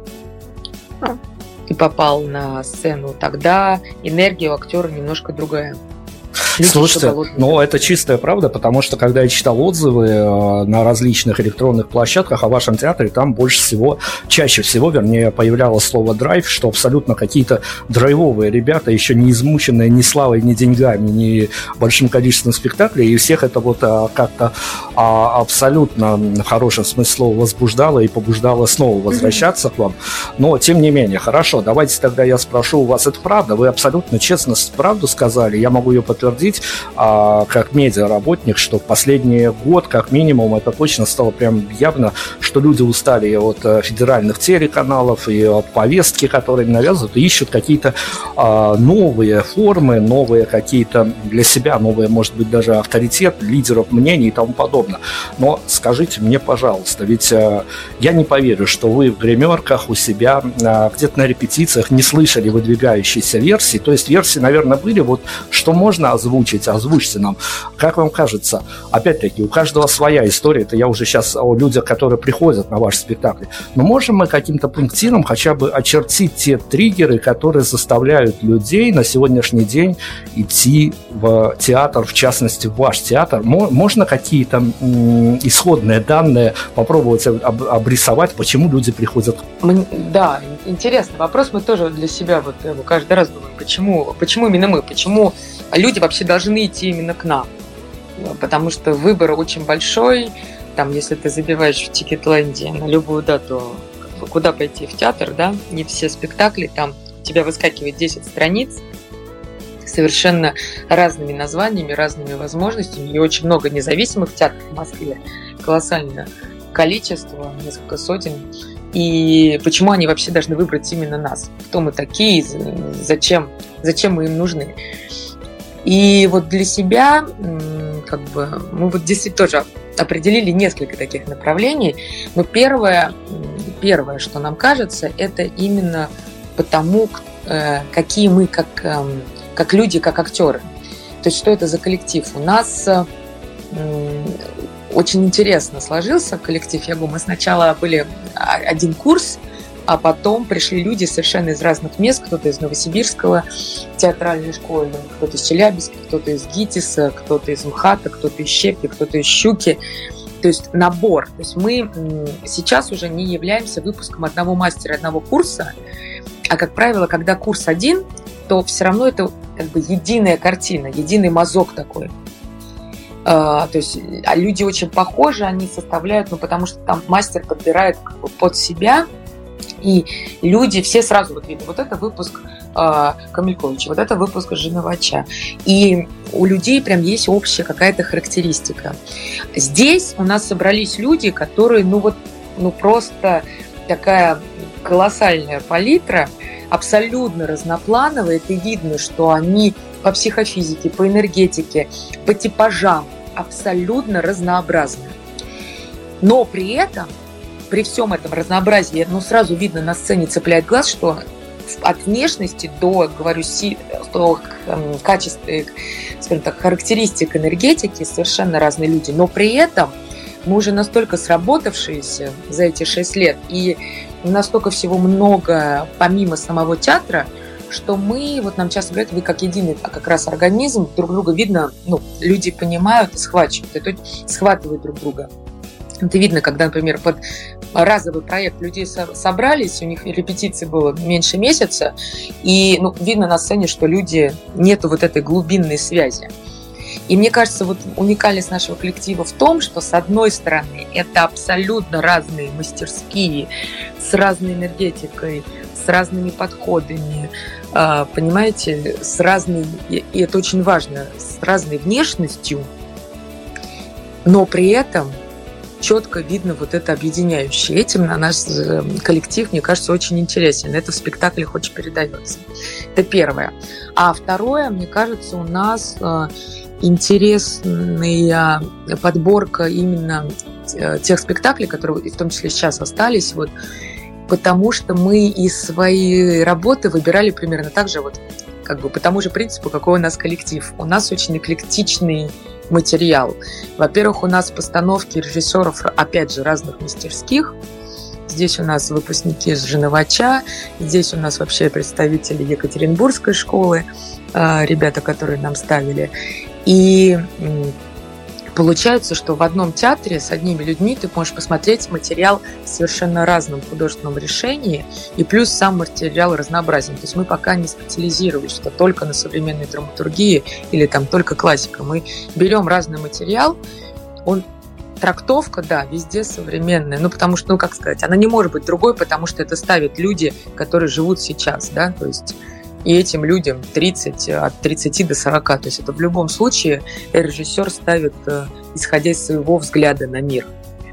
Speaker 3: и попал на сцену, тогда энергия у актера немножко другая.
Speaker 2: Люди Слушайте, ну это чистая правда, потому что когда я читал отзывы э, на различных электронных площадках о вашем театре, там больше всего, чаще всего, вернее, появлялось слово «драйв», что абсолютно какие-то драйвовые ребята, еще не измученные ни славой, ни деньгами, ни большим количеством спектаклей, и всех это вот э, как-то э, абсолютно в хорошем смысле слова возбуждало и побуждало снова возвращаться mm-hmm. к вам. Но, тем не менее, хорошо, давайте тогда я спрошу у вас, это правда? Вы абсолютно честно правду сказали, я могу ее подтвердить, А, как медиаработник, что в последний год, как минимум, это точно стало прям явно, что люди устали от федеральных телеканалов и от повестки, которые навязывают, и ищут какие-то а, новые формы, новые какие-то для себя, новые, может быть, даже авторитет, лидеров мнений и тому подобное. Но скажите мне, пожалуйста, ведь а, я не поверю, что вы в гримерках у себя а, где-то на репетициях не слышали выдвигающиеся версии, то есть версии, наверное, были, вот что можно озвучить, озвучьте нам. Как вам кажется, опять-таки, у каждого своя история, это я уже сейчас о людях, которые приходят на ваши спектакли, но можем мы каким-то пунктиром хотя бы очертить те триггеры, которые заставляют людей на сегодняшний день идти в театр, в частности, в ваш театр? Можно какие-то м- исходные данные попробовать об- обрисовать, почему люди приходят?
Speaker 3: Да, интересный вопрос. Мы тоже для себя вот каждый раз думаем, почему, почему именно мы, почему люди вообще должны идти именно к нам, потому что выбор очень большой. Там, если ты забиваешь в Тикетленде на любую дату, куда пойти в театр, да, не все спектакли, там у тебя выскакивает десять страниц, совершенно разными названиями, разными возможностями, и очень много независимых театров в Москве, колоссальное количество, несколько сотен. И почему они вообще должны выбрать именно нас? Кто мы такие? Зачем, зачем мы им нужны? И вот для себя как бы, мы вот действительно тоже определили несколько таких направлений. Но первое, первое, что нам кажется, это именно потому, какие мы как, как люди, как актеры. То есть что это за коллектив? У нас очень интересно сложился коллектив. Я говорю, мы сначала были один курс, а потом пришли люди совершенно из разных мест. Кто-то из Новосибирского театральной школы, кто-то из Челябинска, кто-то из ГИТИСа, кто-то из МХАТа, кто-то из Щепки, кто-то из Щуки. То есть набор. То есть мы сейчас уже не являемся выпуском одного мастера, одного курса, а, как правило, когда курс один, то все равно это как бы единая картина, единый мазок такой. Uh, то есть а люди очень похожи, они составляют, ну, потому что там мастер подбирает как бы под себя, и люди все сразу вот видно, вот это выпуск uh, Камельковича, вот это выпуск Жиновача. И у людей прям есть общая какая-то характеристика. Здесь у нас собрались люди, которые, ну вот, ну просто такая колоссальная палитра, абсолютно разноплановая, и видно, что они по психофизике, по энергетике, по типажам абсолютно разнообразны. Но при этом, при всем этом разнообразии, ну, сразу видно, на сцене цепляет глаз, что от внешности до, говорю, си, до качеств, скажем так, характеристик энергетики совершенно разные люди. Но при этом мы уже настолько сработавшиеся за эти шесть лет, и настолько всего много помимо самого театра, что мы, вот нам часто говорят, вы как единый как раз организм, друг друга видно, ну, люди понимают и схватывают, это схватывают друг друга. Это видно, когда, например, под разовый проект людей собрались, у них репетиций было меньше месяца, и ну, видно на сцене, что люди, нету вот этой глубинной связи. И мне кажется, вот уникальность нашего коллектива в том, что, с одной стороны, это абсолютно разные мастерские, с разной энергетикой, с разными подходами, понимаете, с разной, и это очень важно, с разной внешностью, но при этом четко видно вот это объединяющее. Этим на наш коллектив, мне кажется, очень интересен. Это в спектаклях очень передается. Это первое. А второе, мне кажется, у нас интересная подборка именно тех спектаклей, которые в том числе сейчас остались, вот, потому что мы из своей работы выбирали примерно так же, вот, как бы по тому же принципу, какой у нас коллектив. У нас очень эклектичный материал. Во-первых, у нас постановки режиссеров, опять же, разных мастерских. Здесь у нас выпускники из Жиновача, здесь у нас вообще представители Екатеринбургской школы, ребята, которые нам ставили. И получается, что в одном театре с одними людьми ты можешь посмотреть материал в совершенно разном художественном решении, и плюс сам материал разнообразен. То есть мы пока не специализировались, что только на современной драматургии или там только классика. Мы берем разный материал, он трактовка, да, везде современная, ну, потому что, ну, как сказать, она не может быть другой, потому что это ставят люди, которые живут сейчас, да, то есть и этим людям тридцать, от тридцати до сорока. То есть это в любом случае режиссер ставит, исходя из своего взгляда на мир.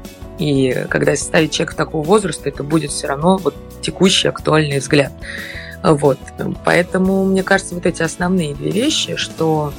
Speaker 3: И когда ставит человека такого возраста, это будет все равно вот текущий актуальный взгляд. Вот. Поэтому, мне кажется, вот эти основные две вещи, что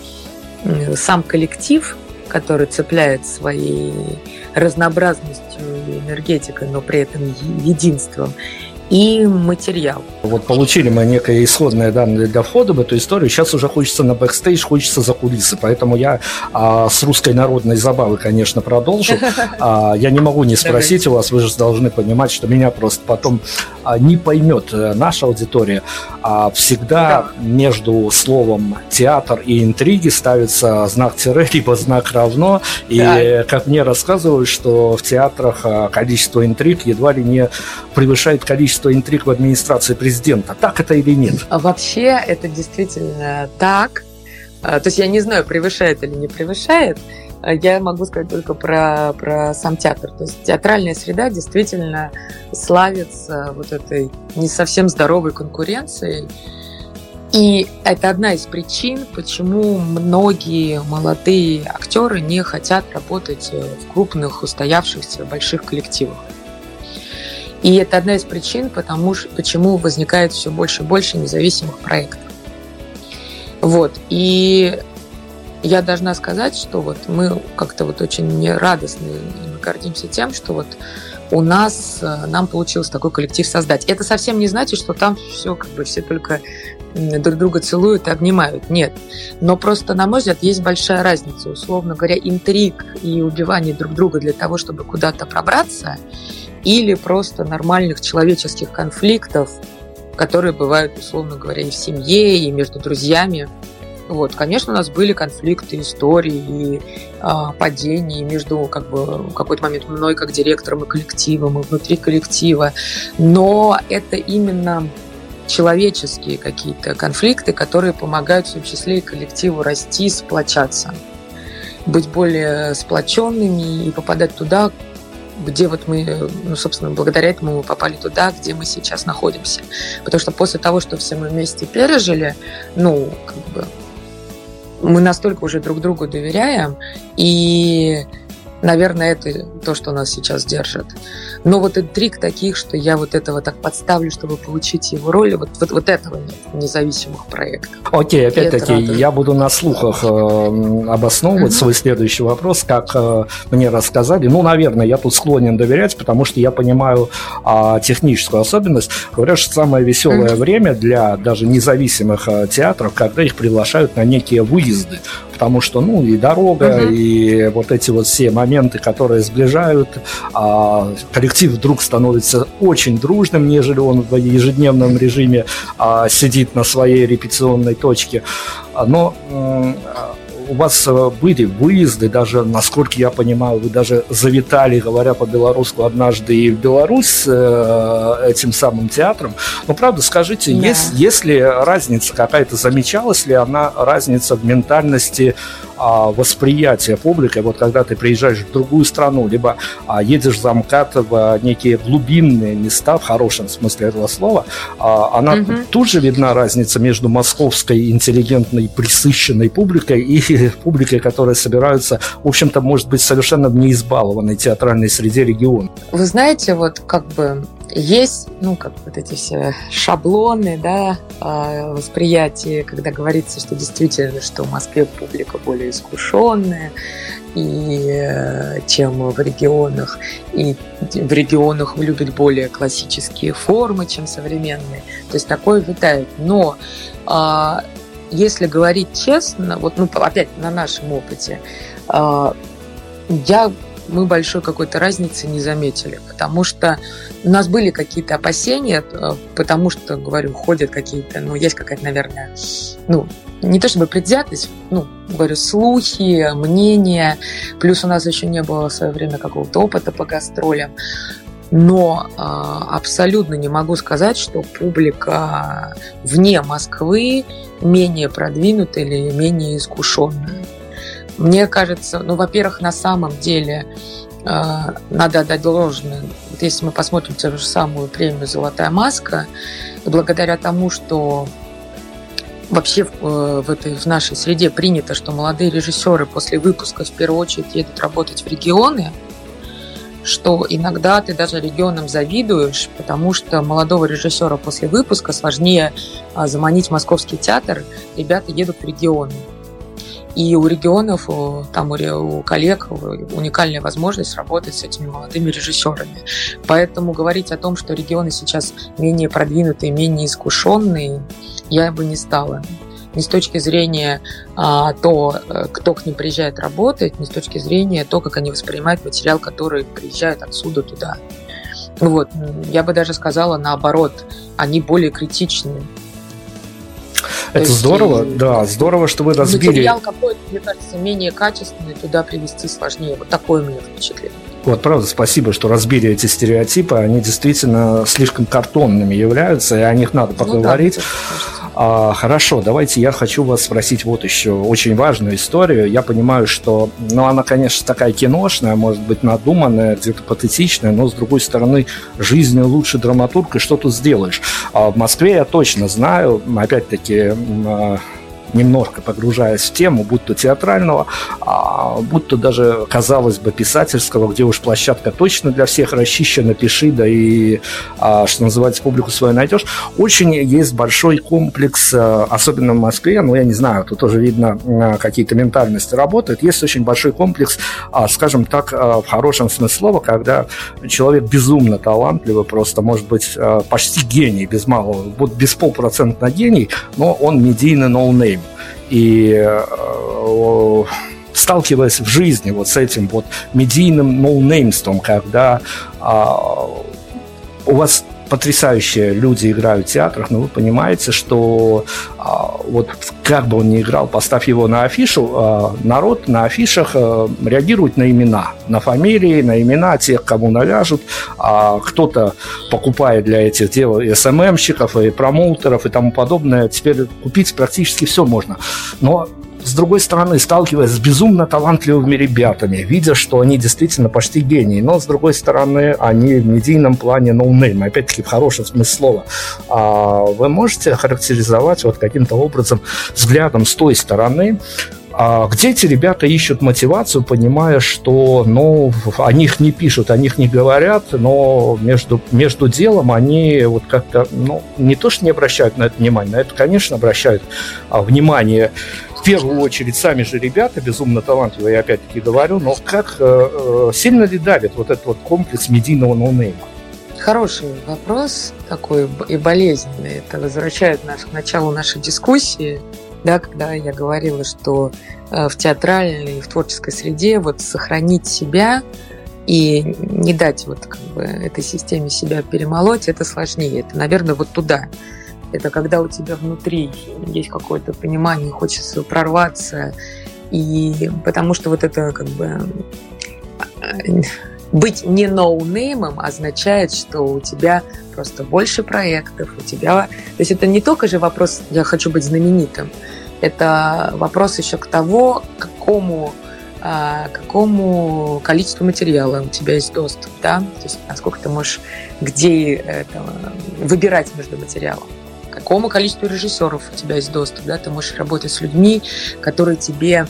Speaker 3: сам коллектив, который цепляет своей разнообразностью и энергетикой, но при этом единством, и материал.
Speaker 2: Вот получили мы некое исходное данные для входа в эту историю. Сейчас уже хочется на бэкстейдж, хочется за кулисы. Поэтому я а, с русской народной забавы, конечно, продолжу. А, я не могу не спросить у вас, вы же должны понимать, что меня просто потом а, не поймет наша аудитория. А, всегда да. между словом театр и интриги ставится знак тире, либо знак равно. И да. как мне рассказывают, что в театрах количество интриг едва ли не превышает количество интриг в администрации президента. Так это или нет?
Speaker 3: Вообще это действительно так. То есть я не знаю, превышает или не превышает. Я могу сказать только про, про сам театр. То есть театральная среда действительно славится вот этой не совсем здоровой конкуренцией. И это одна из причин, почему многие молодые актеры не хотят работать в крупных, устоявшихся, больших коллективах. И это одна из причин, потому что, почему возникает все больше и больше независимых проектов. Вот. И я должна сказать, что вот мы как-то вот очень радостны и мы гордимся тем, что вот у нас, нам получилось такой коллектив создать. Это совсем не значит, что там все, как бы, все только друг друга целуют и обнимают. Нет. Но просто, на мой взгляд, есть большая разница. Условно говоря, интриг и убивание друг друга для того, чтобы куда-то пробраться, или просто нормальных человеческих конфликтов, которые бывают, условно говоря, и в семье, и между друзьями. Вот, конечно, у нас были конфликты, истории и а, падения между, как бы, в какой-то момент мной как директором и коллективом, и внутри коллектива. Но это именно человеческие какие-то конфликты, которые помогают в том числе и коллективу расти, сплочаться, быть более сплоченными и попадать туда, где вот мы, ну, собственно, благодаря этому мы попали туда, где мы сейчас находимся. Потому что после того, что все мы вместе пережили, ну, как бы, мы настолько уже друг другу доверяем, и, наверное, это то, что нас сейчас держит. Но вот интриг таких, что я вот этого так подставлю, чтобы получить его роль, вот, вот, вот этого нет в независимых проектах.
Speaker 2: Окей, опять-таки, я буду на слухах э, обосновывать mm-hmm. свой следующий вопрос, как э, мне рассказали. Ну, наверное, я тут склонен доверять, потому что я понимаю э, техническую особенность. Говорят, что самое веселое mm-hmm. время для даже независимых э, театров, когда их приглашают на некие выезды. Потому что, ну, и дорога, uh-huh. и вот эти вот все моменты, которые сближают, а, коллектив вдруг становится очень дружным, нежели он в ежедневном режиме а, сидит на своей репетиционной точке. Но м- у вас были выезды, даже, насколько я понимаю, вы даже завитали, говоря по-белорусски, однажды и в Беларусь э, этим самым театром. Но, правда, скажите, да. есть, есть ли разница какая-то, замечалась ли она разница в ментальности а, восприятия публики, вот когда ты приезжаешь в другую страну, либо а, едешь за МКАД в некие глубинные места, в хорошем смысле этого слова, а, она угу. тут же видна разница между московской интеллигентной, присыщенной публикой и публикой, которая собираются, в общем-то, может быть, совершенно в неизбалованной театральной среде региона.
Speaker 3: Вы знаете, вот как бы есть, ну, как вот эти все шаблоны, да, восприятия, когда говорится, что действительно, что в Москве публика более искушенная, и чем в регионах, и в регионах любят более классические формы, чем современные. То есть такое витает. Но если говорить честно, вот, ну, опять на нашем опыте, э, я, мы большой какой-то разницы не заметили, потому что у нас были какие-то опасения, потому что, говорю, ходят какие-то, ну, есть какая-то, наверное, ну, не то чтобы предвзятость, ну, говорю, слухи, мнения, плюс у нас еще не было в свое время какого-то опыта по гастролям. Но э, абсолютно не могу сказать, что публика вне Москвы менее продвинутая или менее искушенная. Мне кажется, ну, во-первых, на самом деле э, надо отдать должное. Вот если мы посмотрим ту же самую премию «Золотая маска», благодаря тому, что вообще в, в, этой, в нашей среде принято, что молодые режиссеры после выпуска в первую очередь едут работать в регионы, что иногда ты даже регионам завидуешь, потому что молодого режиссера после выпуска сложнее заманить в московский театр, ребята едут в регионы. И у регионов, там у коллег уникальная возможность работать с этими молодыми режиссерами. Поэтому говорить о том, что регионы сейчас менее продвинутые, менее искушенные, я бы не стала. Ни с точки зрения а, то, кто к ним приезжает работать, ни с точки зрения то, как они воспринимают материал, который приезжает отсюда туда. Вот. Я бы даже сказала наоборот, они более критичны.
Speaker 2: Это есть, здорово, и, да, здорово, что вы разбили.
Speaker 3: Материал какой-то, мне кажется, менее качественный, туда привести сложнее. Вот такое у меня впечатление.
Speaker 2: Вот, правда, спасибо, что разбили эти стереотипы. Они действительно слишком картонными являются, и о них надо поговорить. Ну, да, А, хорошо, давайте я хочу вас спросить вот еще очень важную историю. Я понимаю, что, ну, она, конечно, такая киношная, может быть, надуманная, где-то патетичная, но, с другой стороны, жизнь лучше драматург, и что тут сделаешь? А в Москве я точно знаю, опять-таки, немножко погружаясь в тему, будь то театрального, а, будь то даже, казалось бы, писательского, где уж площадка точно для всех расчищена, пиши, да и, а, что называется, публику свою найдешь. Очень есть большой комплекс, особенно в Москве, ну, я не знаю, тут тоже видно, какие-то ментальности работают, есть очень большой комплекс, а, скажем так, в хорошем смысле слова, когда человек безумно талантливый, просто, может быть, почти гений, без малого, вот без полпроцентно гений, но он медийный ноунейм. И э, сталкиваясь в жизни вот с этим вот медийным ноунеймством, когда э, у вас потрясающие люди играют в театрах, но вы понимаете, что а, вот как бы он ни играл, поставь его на афишу, а, народ на афишах а, реагирует на имена, на фамилии, на имена тех, кому навяжут. А, кто-то покупает для этих дел эс эм эм-щиков и промоутеров и тому подобное. Теперь купить практически все можно. Но с другой стороны, сталкиваясь с безумно талантливыми ребятами, видя, что они действительно почти гении, но, с другой стороны, они в медийном плане ноунейм, опять-таки в хорошем смысле слова, а вы можете характеризовать вот каким-то образом взглядом с той стороны, а где эти ребята ищут мотивацию, понимая, что, ну, о них не пишут, о них не говорят, но между, между делом они вот как-то, ну, не то что не обращают на это внимание, на это, конечно, обращают а, внимание в первую очередь сами же ребята, безумно талантливые, я опять-таки говорю, но как э, сильно ли давит вот этот вот комплекс медийного ноунейма?
Speaker 3: Хороший вопрос такой и болезненный. Это возвращает нас к началу нашей дискуссии, да, когда я говорила, что э, в театральной, в творческой среде вот сохранить себя и не дать вот как бы этой системе себя перемолоть, это сложнее. Это, наверное, вот туда. Это когда у тебя внутри есть какое-то понимание, хочется прорваться, и потому что вот это как бы быть не ноунеймом означает, что у тебя просто больше проектов, у тебя... То есть это не только же вопрос «я хочу быть знаменитым», это вопрос еще к того, к какому, а, какому количеству материала у тебя есть доступ, да? То есть насколько ты можешь где это, выбирать между материалом. Какому количеству режиссеров у тебя есть доступ, да, ты можешь работать с людьми, которые тебе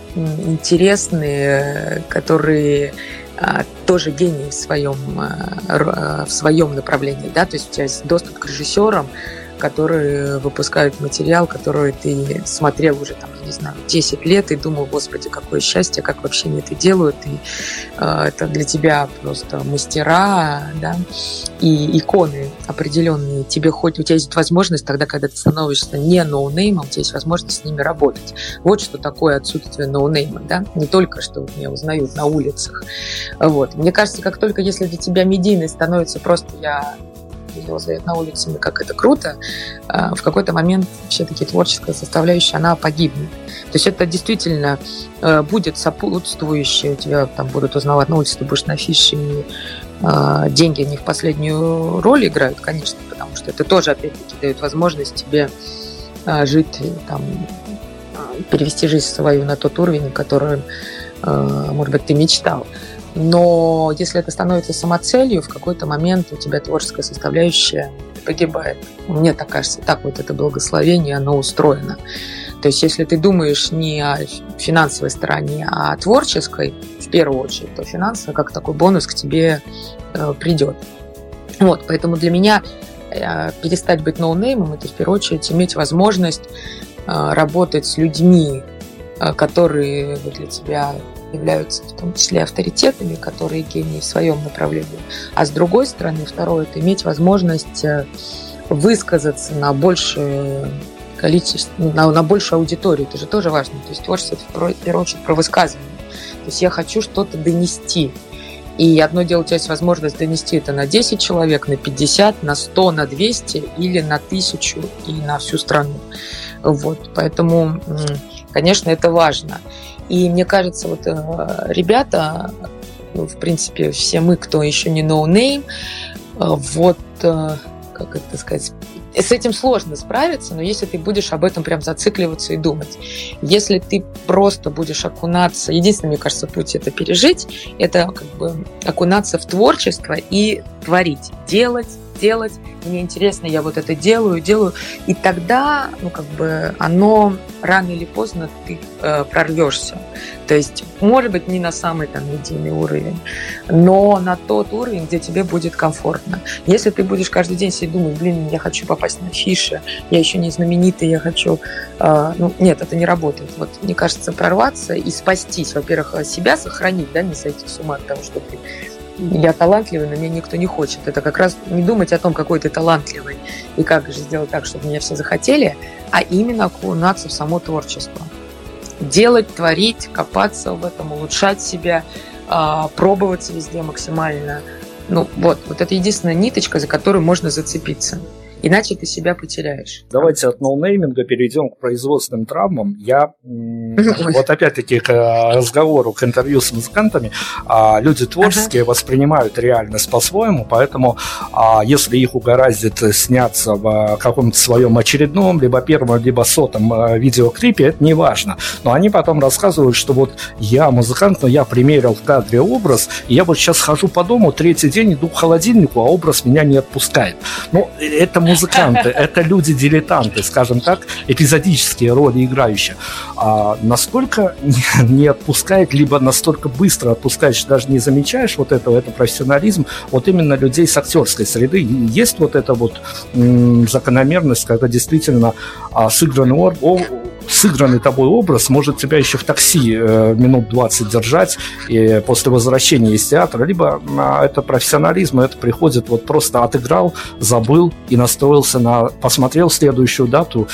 Speaker 3: интересны, которые а, тоже гении в своем, а, в своем направлении, да, то есть у тебя есть доступ к режиссерам, которые выпускают материал, который ты смотрел уже, там, не знаю, десять лет и думал, господи, какое счастье, как вообще они это делают, и э, это для тебя просто мастера, да, и иконы определенные. Тебе хоть, у тебя есть возможность тогда, когда ты становишься не ноунеймом, у тебя есть возможность с ними работать. Вот что такое отсутствие ноунейма, да, не только что меня узнают на улицах. Вот. Мне кажется, как только, если для тебя медийный становится просто я его зовут на улице, как это круто, в какой-то момент все-таки творческая составляющая, она погибнет. То есть это действительно будет сопутствующее, у тебя там будут узнавать на улице, ты будешь на афише, и деньги не в последнюю роль играют, конечно, потому что это тоже, опять-таки, дает возможность тебе жить, там, перевести жизнь свою на тот уровень, который, может быть, ты мечтал. Но если это становится самоцелью, в какой-то момент у тебя творческая составляющая погибает. Мне так кажется, так вот это благословение, оно устроено. То есть если ты думаешь не о финансовой стороне, а о творческой, в первую очередь, то финансовая, как такой бонус, к тебе э, придет. Вот, поэтому для меня э, перестать быть ноунеймом, это в первую очередь иметь возможность э, работать с людьми, э, которые для тебя являются в том числе авторитетами, которые гении в своем направлении. А с другой стороны, второе, это иметь возможность высказаться на большее количество, на, на большую аудиторию. Это же тоже важно. То есть творчество это в первую очередь про высказывание. То есть я хочу что-то донести. И одно дело, у тебя есть возможность донести это на десять человек, на пятьдесят, на сто, на двести или на тысячу и на всю страну. Вот. Поэтому, конечно, это важно. И мне кажется, вот ребята, ну, в принципе, все мы, кто еще не ноунейм, вот, как это сказать, с этим сложно справиться, но если ты будешь об этом прям зацикливаться и думать, если ты просто будешь окунаться, единственный, мне кажется, путь это пережить, это как бы окунаться в творчество и творить, делать, делать, мне интересно, я вот это делаю, делаю, и тогда, ну, как бы, оно рано или поздно ты э, прорвешься. То есть, может быть, не на самый там медийный уровень, но на тот уровень, где тебе будет комфортно. Если ты будешь каждый день себе думать, блин, я хочу попасть на афиши, я еще не знаменитый, я хочу... Э, ну, нет, это не работает. Вот, мне кажется, прорваться и спастись, во-первых, себя сохранить, да, не сойти с ума от того, что ты я талантливый, но меня никто не хочет. Это как раз не думать о том, какой ты талантливый и как же сделать так, чтобы меня все захотели, а именно окунаться в само творчество. Делать, творить, копаться в этом, улучшать себя, пробовать везде максимально. Ну вот, вот это единственная ниточка, за которую можно зацепиться. Иначе ты себя потеряешь.
Speaker 2: Давайте от ноунейминга перейдем к производственным травмам. Я вот опять-таки к разговору, к интервью с музыкантами. Люди творческие ага. воспринимают реальность по-своему, поэтому если их угораздит сняться в каком-то своем очередном, либо первом, либо сотом видеоклипе, это не важно. Но они потом рассказывают, что вот я музыкант, но я примерил в кадре образ, и я вот сейчас хожу по дому, третий день иду к холодильнику, а образ меня не отпускает. Ну, это музыканты, это люди-дилетанты, скажем так, эпизодические роли играющие. А насколько не отпускает, либо настолько быстро отпускаешь, что даже не замечаешь вот этого, это профессионализм, вот именно людей с актерской среды. Есть вот эта вот м- закономерность, когда действительно а, сыгранный, ор- о- сыгранный тобой образ может тебя еще в такси э, минут двадцать держать и после возвращения из театра, либо а, это профессионализм, это приходит вот просто отыграл, забыл и настроился на... посмотрел следующую дату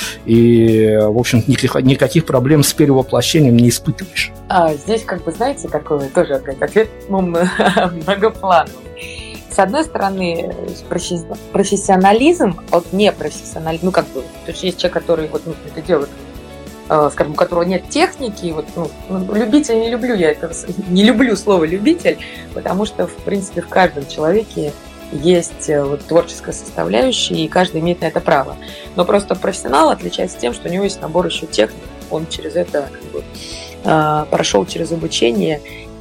Speaker 2: и, в общем, никаких, никаких проблем с перевоплощением не испытываешь.
Speaker 3: А, здесь, как бы, знаете, такой тоже опять ответ ну, многоплановый. С одной стороны, профессионализм от непрофессионализма, ну, как бы, то есть есть человек, который вот, ну, это делает, скажем, у которого нет техники, вот, ну, любитель не люблю я это, не люблю слово любитель, потому что, в принципе, в каждом человеке есть вот творческая составляющая, и каждый имеет на это право. Но просто профессионал отличается тем, что у него есть набор еще техник, он через это как бы, прошел через обучение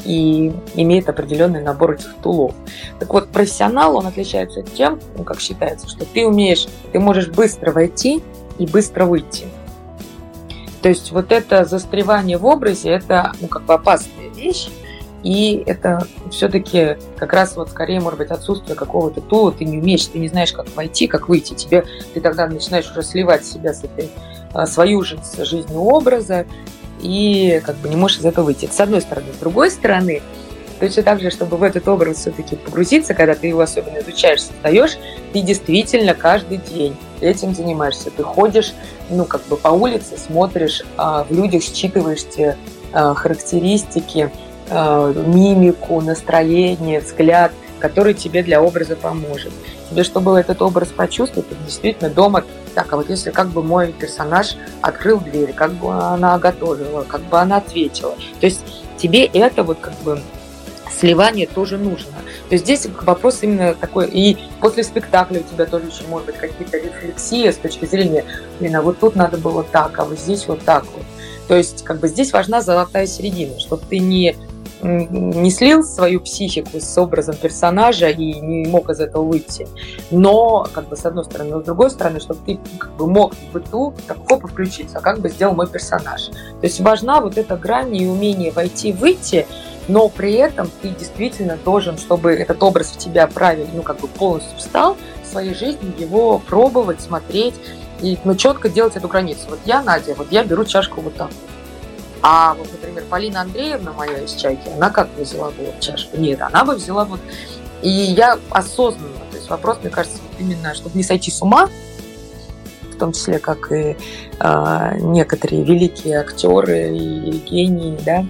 Speaker 3: и имеет определенный набор этих тулов. Так вот, профессионал, он отличается тем, ну, как считается, что ты умеешь, ты можешь быстро войти и быстро выйти. То есть вот это застревание в образе, это, ну, как бы опасная вещь, и это все-таки как раз вот скорее, может быть, отсутствие какого-то тула, ты не умеешь, ты не знаешь, как войти, как выйти, тебе, ты тогда начинаешь уже сливать себя с этой, свою жизнь, с жизнью образа, и как бы не можешь из этого выйти. Это с одной стороны. С другой стороны, точно так же, чтобы в этот образ все-таки погрузиться, когда ты его особенно изучаешь, создаешь, ты действительно каждый день этим занимаешься. Ты ходишь, ну, как бы по улице, смотришь, а, в людях считываешь те а, характеристики, а, мимику, настроение, взгляд, который тебе для образа поможет. Тебе, чтобы этот образ почувствовать, ты действительно дома, так, а вот если как бы мой персонаж открыл дверь, как бы она готовила, как бы она ответила. То есть тебе это вот как бы сливание тоже нужно. То есть здесь вопрос именно такой, и после спектакля у тебя тоже еще может быть какие-то рефлексии с точки зрения, блин, а вот тут надо было так, а вот здесь вот так вот. То есть как бы здесь важна золотая середина, чтобы ты не, не слил свою психику с образом персонажа и не мог из этого выйти. Но, как бы с одной стороны, но с другой стороны, чтобы ты как бы мог в быту так хоп и включиться, а как бы сделал мой персонаж. То есть важна вот эта грань и умение войти и выйти, но при этом ты действительно должен, чтобы этот образ в тебя правильно, ну, как бы полностью встал в своей жизни, его пробовать, смотреть и, ну, четко делать эту границу. Вот я, Надя, вот я беру чашку вот так. А вот, например, Полина Андреевна моя из «Чайки», она как бы взяла бы вот чашку? Нет, она бы взяла вот... И я осознанно, то есть вопрос, мне кажется, именно, чтобы не сойти с ума, в том числе, как и э, некоторые великие актеры и гении, да,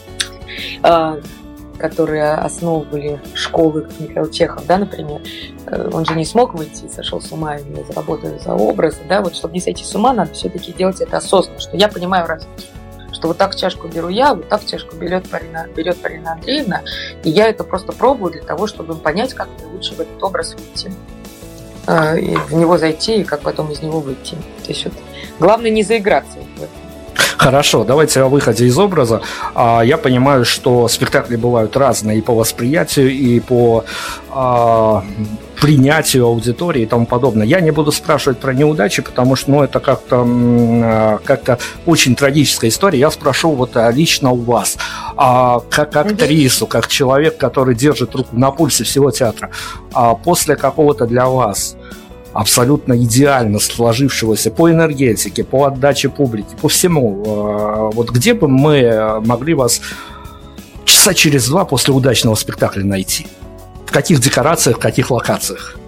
Speaker 3: которые основывали школы, как Михаил Чехов, да, например, он же не смог выйти, сошел с ума и заработал за образы, да, вот чтобы не сойти с ума, надо все-таки делать это осознанно, что я понимаю разницу, что вот так чашку беру я, вот так чашку берет Полина, берет Полина Андреевна, и я это просто пробую для того, чтобы понять, как мне лучше в этот образ выйти. в него зайти и как потом из него выйти. То есть вот, главное не заиграться в этом.
Speaker 2: Хорошо, давайте о выходе из образа. Я понимаю, что спектакли бывают разные и по восприятию, и по а, принятию аудитории и тому подобное. Я не буду спрашивать про неудачи, потому что ну, это как-то, как-то очень трагическая история. Я спрошу вот лично у вас, а, как актрису, как человек, который держит руку на пульсе всего театра, а после какого-то для вас абсолютно идеально сложившегося по энергетике, по отдаче публики, по всему. Вот где бы мы могли вас часа через два после удачного спектакля найти? В каких декорациях, в каких локациях?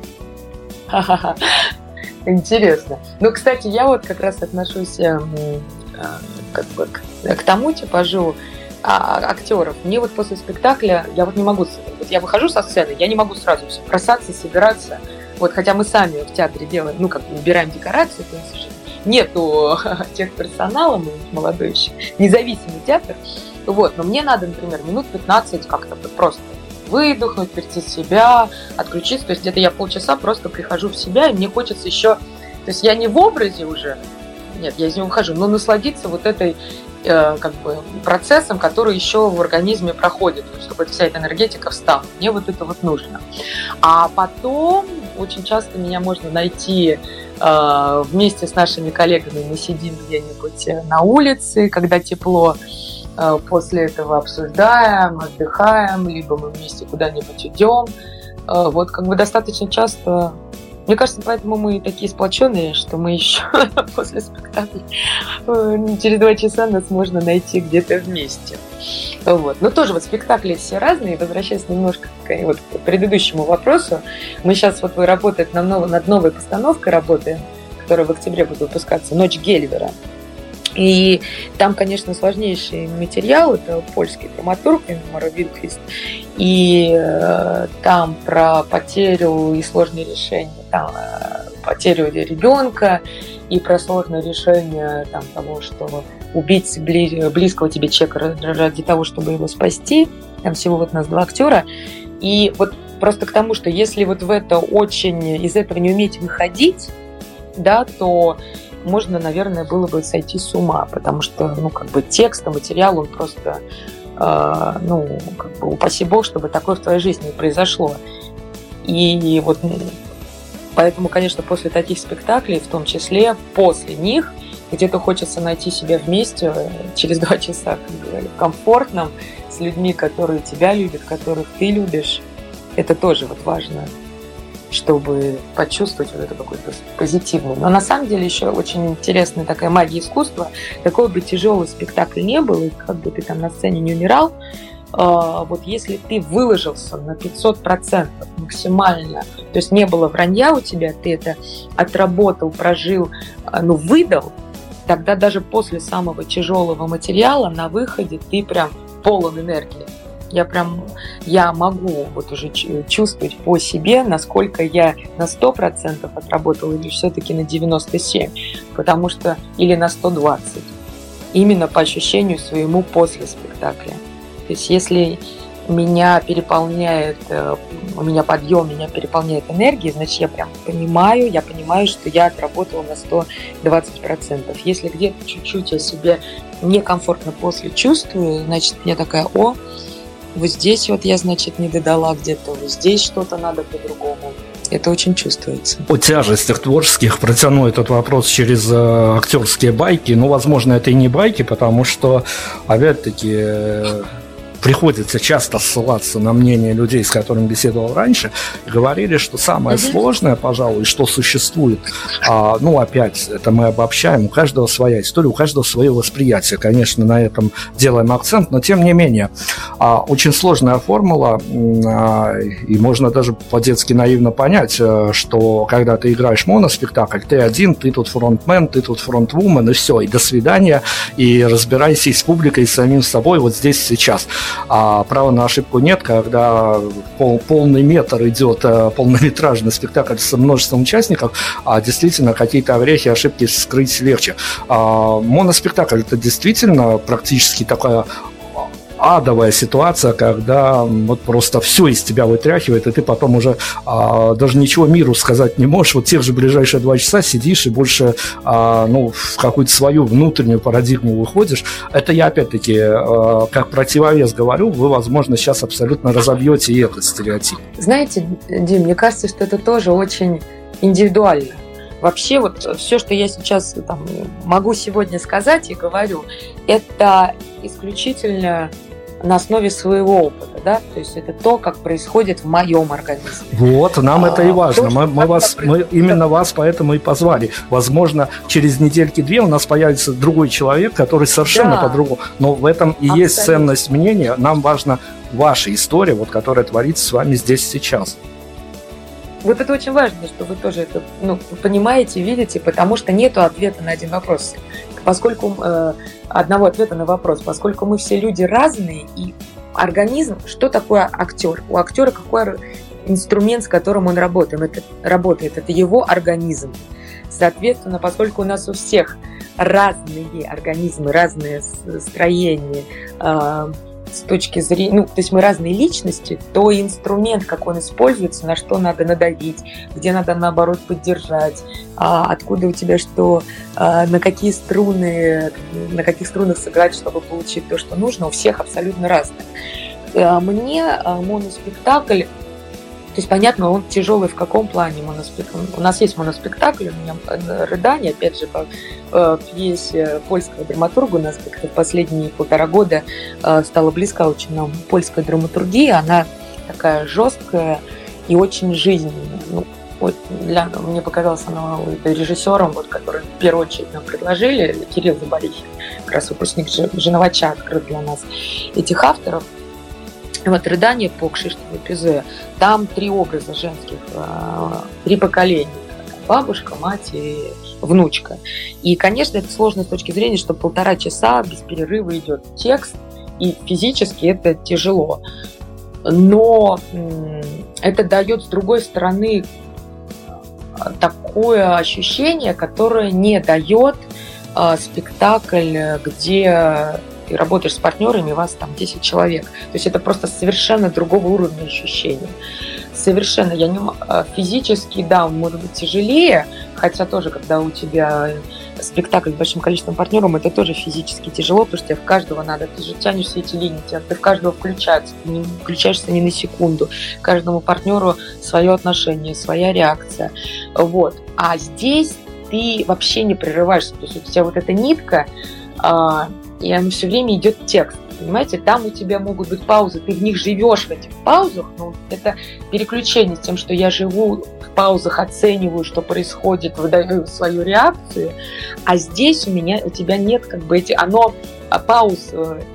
Speaker 3: Интересно. Ну, кстати, я вот как раз отношусь как бы к тому типажу актеров. Мне вот после спектакля, я вот не могу, вот я выхожу со сцены, я не могу сразу все бросаться, собираться. Вот, хотя мы сами в театре делаем, ну, как бы убираем декорации, то есть нету техперсонала, мы молодой еще, независимый театр. Вот, но мне надо, например, минут пятнадцать как-то просто выдохнуть, прийти в себя, отключиться. То есть где-то я полчаса просто прихожу в себя, и мне хочется еще... То есть я не в образе уже, нет, я из него выхожу, но насладиться вот этой э, как бы процессом, который еще в организме проходит, чтобы вся эта энергетика встала. Мне вот это вот нужно. А потом очень часто меня можно найти э, вместе с нашими коллегами. Мы сидим где-нибудь на улице, когда тепло, э, после этого обсуждаем, отдыхаем, либо мы вместе куда-нибудь идем. Э, вот как бы достаточно часто. Мне кажется, поэтому мы такие сплоченные, что мы еще после спектакля через два часа нас можно найти где-то вместе. Вот. Но тоже вот спектакли все разные. Возвращаясь немножко к, вот, к предыдущему вопросу, мы сейчас вот работаем над новой постановкой, работаем, которая в октябре будет выпускаться, «Ночь Гелливера». И там, конечно, сложнейший материал, это польский драматург Ингмар Вильдквист, и э, там про потерю и сложные решения, там э, потерю ребенка и про сложное решение там, того, что убить близкого тебе человека ради того, чтобы его спасти. Там всего вот нас два актера. И вот просто к тому, что если вот в это очень из этого не уметь выходить, да, то можно, наверное, было бы сойти с ума, потому что, ну, как бы текст, материал, он просто, э, ну, как бы упаси бог, чтобы такое в твоей жизни произошло. И вот поэтому, конечно, после таких спектаклей, в том числе после них, где-то хочется найти себя вместе через два часа, как говорили, комфортном, с людьми, которые тебя любят, которых ты любишь. Это тоже вот важно, чтобы почувствовать вот это какое-то позитивное. Но на самом деле еще очень интересная такая магия искусства. Какой бы тяжелый спектакль не был, и как бы ты там на сцене не умирал, вот если ты выложился на пятьсот процентов максимально, то есть не было вранья у тебя, ты это отработал, прожил, ну, выдал, тогда даже после самого тяжелого материала на выходе ты прям полон энергии. Я прям, я могу вот уже чувствовать по себе, насколько я на сто процентов отработала или все-таки на девяносто семь процентов, потому что, или на сто двадцать процентов, именно по ощущению своему после спектакля. То есть если меня переполняет, у меня подъем, меня переполняет энергия, значит, я прям понимаю, я понимаю, что я отработала на сто двадцать процентов. Если где-то чуть-чуть я себя некомфортно после чувствую, значит, я такая, о, вот здесь вот я, значит, не додала где-то, вот здесь что-то надо по-другому. Это очень чувствуется.
Speaker 2: О тяжестях творческих протяну этот вопрос через э, актерские байки. Ну, возможно, это и не байки, потому что, опять-таки, э, приходится часто ссылаться на мнение людей, с которыми беседовал раньше, и говорили, что самое mm-hmm. сложное, пожалуй, что существует, а, ну, опять, это мы обобщаем, у каждого своя история, у каждого свое восприятие. Конечно, на этом делаем акцент, но тем не менее, а, очень сложная формула, а, и можно даже по-детски наивно понять, что когда ты играешь моноспектакль, ты один, ты тут фронтмен, ты тут фронтвумен, и все, и до свидания, и разбирайся и с публикой, и с самим собой вот здесь сейчас. А права на ошибку нет, когда пол, полный метр идет полнометражный спектакль со множеством участников, а действительно какие-то огрехи, ошибки скрыть легче. А моноспектакль — это действительно практически такая адовая ситуация, когда вот просто все из тебя вытряхивает, и ты потом уже а, даже ничего миру сказать не можешь. Вот те же ближайшие два часа сидишь и больше а, ну, в какую-то свою внутреннюю парадигму выходишь. Это я опять-таки а, как противовес говорю, вы, возможно, сейчас абсолютно разобьете и этот стереотип.
Speaker 3: Знаете, Дим, мне кажется, что это тоже очень индивидуально. Вообще вот все, что я сейчас там, могу сегодня сказать и говорю, это исключительно на основе своего опыта, да, то есть это то, как происходит в моем организме.
Speaker 2: Вот, нам а, это и важно. То, мы, мы, вас, мы именно вас поэтому и позвали. Возможно, через недельки-две у нас появится другой человек, который совершенно да. по-другому. Но в этом и Абсолютно. Есть ценность мнения. Нам важна ваша история, вот, которая творится с вами здесь сейчас.
Speaker 3: Вот это очень важно, что вы тоже это ну, понимаете, видите, потому что нету ответа на один вопрос. Поскольку э, одного ответа на вопрос, поскольку мы все люди разные, и организм, что такое актер? У актера какой инструмент, с которым он работает? Это, работает, это его организм. Соответственно, поскольку у нас у всех разные организмы, разные строения, э, с точки зрения, ну, то есть мы разные личности, то инструмент, как он используется, на что надо надавить, где надо, наоборот, поддержать, а откуда у тебя что, а на какие струны, на каких струнах сыграть, чтобы получить то, что нужно, у всех абсолютно разное. Мне моноспектакль, то есть, понятно, он тяжелый в каком плане моноспектакль. У нас есть моноспектакль, у меня «Рыдание», опять же, по э, пьесе польского драматурга. У нас как-то в последние полтора года э, стала близка очень нам польская драматургия. Она такая жесткая и очень жизненная. Ну, вот для, мне показалось, она режиссером, вот, который в первую очередь нам предложили, Кирилл Заборихин, как раз выпускник Женовача, открыл для нас этих авторов. Вот «Рыдание» по Кшиштофу Пизе, там три образа женских, три поколения. Бабушка, мать и внучка. И, конечно, это сложно с точки зрения, что полтора часа без перерыва идет текст, и физически это тяжело. Но это дает, с другой стороны, такое ощущение, которое не дает спектакль, где ты работаешь с партнерами, у вас там десять человек. То есть это просто совершенно другого уровня ощущения. Совершенно. Я не... Физически, да, он может быть тяжелее, хотя тоже, когда у тебя спектакль с большим количеством партнеров, это тоже физически тяжело, потому что тебе в каждого надо, ты же тянешь все эти линии, ты в каждого включаешься, ты не включаешься ни на секунду. Каждому партнеру свое отношение, своя реакция. Вот. А здесь ты вообще не прерываешься. То есть у тебя вот эта нитка, и оно все время идет текст. Понимаете, там у тебя могут быть паузы, ты в них живешь в этих паузах, но это переключение с тем, что я живу в паузах, оцениваю, что происходит, выдаю свою реакцию, а здесь у меня, у тебя нет как бы эти, оно, пауз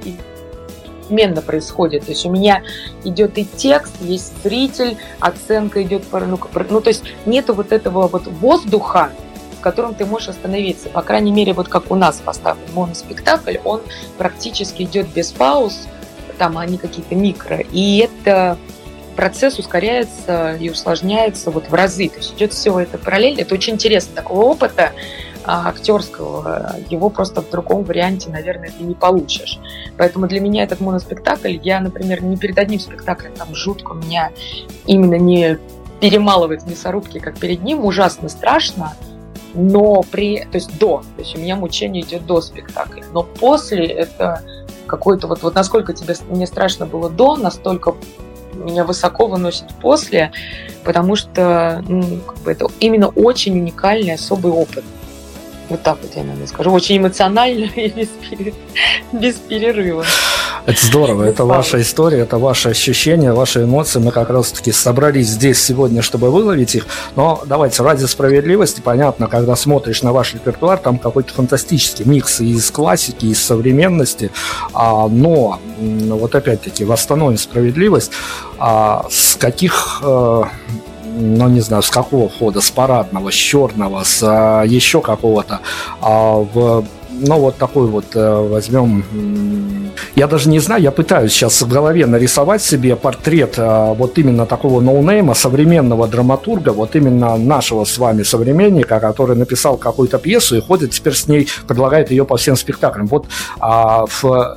Speaker 3: именно происходит, то есть у меня идет и текст, есть зритель, оценка идет, ну, ну то есть нету вот этого вот воздуха, в котором ты можешь остановиться. По крайней мере, вот как у нас поставлен моноспектакль, он практически идет без пауз, там они какие-то микро, и это процесс ускоряется и усложняется вот в разы. То есть идет все это параллельно. Это очень интересно. Такого опыта а, актерского, его просто в другом варианте, наверное, ты не получишь. Поэтому для меня этот моноспектакль, я, например, не перед одним спектаклем там жутко меня именно не перемалывает в мясорубке, как перед ним, ужасно страшно, но при, то есть до, то есть у меня мучение идет до спектакля, но после это какой-то вот, вот насколько тебе, мне страшно было до, настолько меня высоко выносит после, потому что ну, как бы это именно очень уникальный, особый опыт. Вот так вот я, наверное, скажу. Очень эмоционально и без, перерыва. без перерыва.
Speaker 2: Это здорово, это ваша история, это ваши ощущения, ваши эмоции. Мы как раз-таки собрались здесь сегодня, чтобы выловить их. Но давайте, ради справедливости, понятно, когда смотришь на ваш репертуар, там какой-то фантастический микс из классики, из современности. А, но, вот опять-таки, восстановим справедливость. А, с каких... ну, не знаю, с какого хода, с парадного, с черного, с а, еще какого-то, а, в, ну, вот такой вот а, возьмем, я даже не знаю, я пытаюсь сейчас в голове нарисовать себе портрет а, вот именно такого ноунейма, современного драматурга, вот именно нашего с вами современника, который написал какую-то пьесу и ходит теперь с ней, предлагает ее по всем спектаклям. Вот а, в...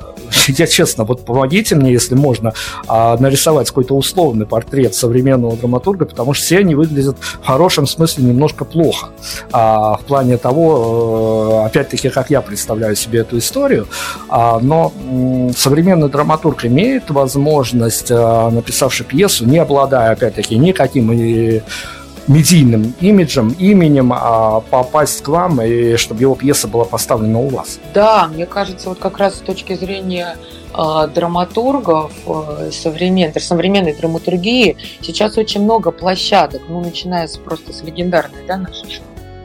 Speaker 2: я честно, вот помогите мне, если можно, нарисовать какой-то условный портрет современного драматурга, потому что все они выглядят в хорошем смысле немножко плохо. В плане того, опять-таки, как я представляю себе эту историю, но современный драматург имеет возможность, написавший пьесу, не обладая, опять-таки, никаким и медийным имиджем, именем, а попасть к вам, и чтобы его пьеса была поставлена у вас.
Speaker 3: Да, мне кажется, вот как раз с точки зрения э, драматургов, э, современной, современной драматургии, сейчас очень много площадок, ну, начиная с, просто с легендарной, да, нашей,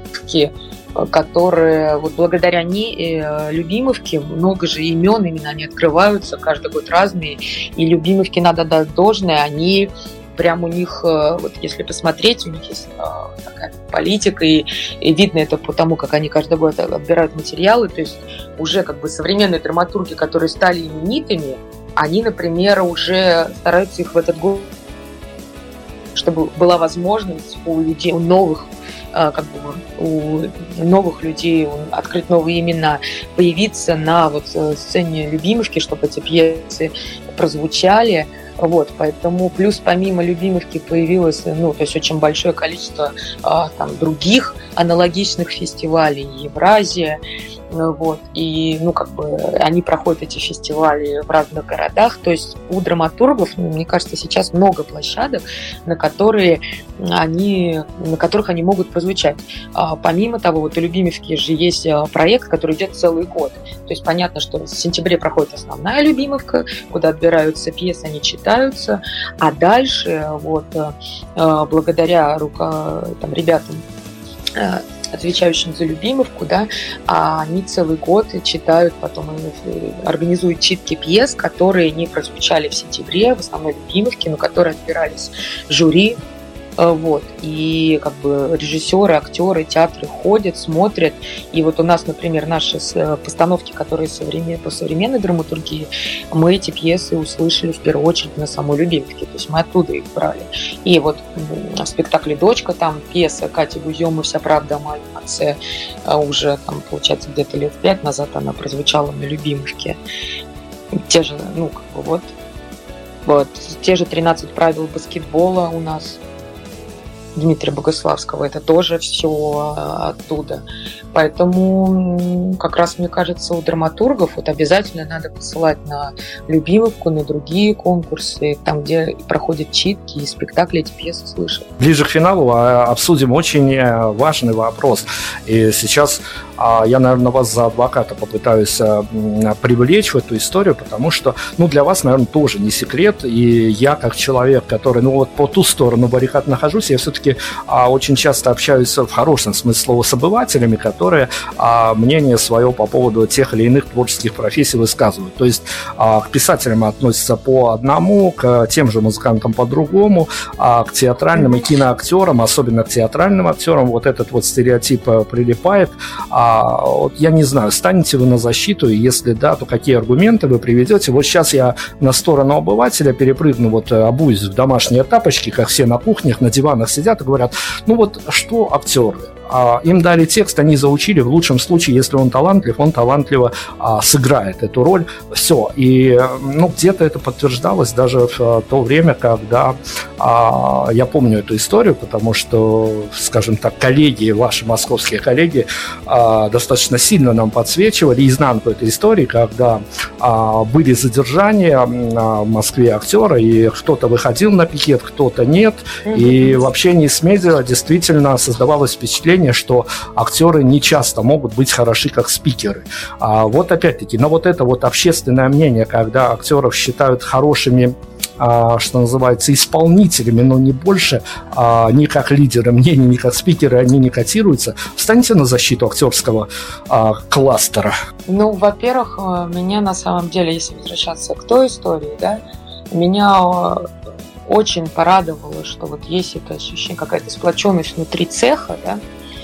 Speaker 3: которые вот благодаря ней, э, Любимовке, много же имен, именно они открываются, каждый год разные, и Любимовке надо дать должное, они прям у них, вот если посмотреть, у них есть такая политика, и, и видно это по тому, как они каждый год отбирают материалы, то есть уже как бы современные драматурги, которые стали именитыми, они, например, уже стараются их в этот год, чтобы была возможность у людей, у новых, как бы у новых людей открыть новые имена, появиться на вот сцене Любимовки, чтобы эти пьесы прозвучали. Вот, поэтому плюс помимо Любимовки появилось, ну, то есть очень большое количество а, там, других аналогичных фестивалей, Евразия, вот, и, ну, как бы они проходят эти фестивали в разных городах, то есть у драматургов, мне кажется, сейчас много площадок, на которые они, на которых они могут прозвучать. А, помимо того, вот у Любимовки же есть проект, который идет целый год, то есть понятно, что в сентябре проходит основная Любимовка, куда отбираются пьесы, они читаются, а дальше, вот, благодаря рука, там, ребятам, отвечающим за Любимовку, да, а они целый год читают, потом организуют читки пьес, которые не прозвучали в сентябре, в основной Любимовке, но которые отбирались жюри. Вот. И как бы режиссеры, актеры, театры ходят, смотрят. И вот у нас, например, наши постановки, которые современ... по современной драматургии, мы эти пьесы услышали в первую очередь на самой Любимовке. То есть мы оттуда их брали. И вот в спектакле «Дочка», там пьеса Кати Гузёмы «Вся правда о моем отце», уже там, получается, где-то лет пять назад она прозвучала на Любимовке. Те же, ну, как бы вот, вот, те же тринадцать правил баскетбола у нас Дмитрия Богославского, это тоже все оттуда. Поэтому как раз, мне кажется, у драматургов вот обязательно надо посылать на Любимовку, на другие конкурсы, там, где проходят читки и спектакли, эти пьесы слышат.
Speaker 2: Ближе к финалу обсудим очень важный вопрос. И сейчас я, наверное, вас за адвоката попытаюсь привлечь в эту историю, потому что, ну, для вас, наверное, тоже не секрет. И я, как человек, который, ну, вот по ту сторону баррикад нахожусь, я все-таки очень часто общаюсь в хорошем смысле слова с обывателями, которые которые а, мнение свое по поводу тех или иных творческих профессий высказывают. То есть а, к писателям относятся по одному, к тем же музыкантам по другому, а к театральным и киноактерам, особенно к театральным актерам, вот этот вот стереотип прилипает. А, вот я не знаю, станете вы на защиту, и если да, то какие аргументы вы приведете? Вот сейчас я на сторону обывателя перепрыгну, вот обуюсь в домашние тапочки, как все на кухнях, на диванах сидят и говорят, ну вот что актеры? А, им дали текст, они заучили, в лучшем случае, если он талантлив, он талантливо а, сыграет эту роль, все. И ну, где-то это подтверждалось даже в а, то время, когда а, я помню эту историю, потому что, скажем так, коллеги, ваши московские коллеги а, достаточно сильно нам подсвечивали изнанку этой истории, когда а, были задержания а, в Москве актера, и кто-то выходил на пикет, кто-то нет, mm-hmm. и в общении с медиа действительно создавалось впечатление, что актеры не часто могут быть хороши как спикеры. А вот опять-таки, но вот это вот общественное мнение, когда актеров считают хорошими, а, что называется, исполнителями, но не больше, а, ни как лидеры мнений, ни как спикеры, они не котируются. Встаньте на защиту актерского а, кластера.
Speaker 3: Ну, во-первых, меня на самом деле, если возвращаться к той истории, да, меня очень порадовало, что вот есть это ощущение, какая-то сплоченность внутри цеха, да,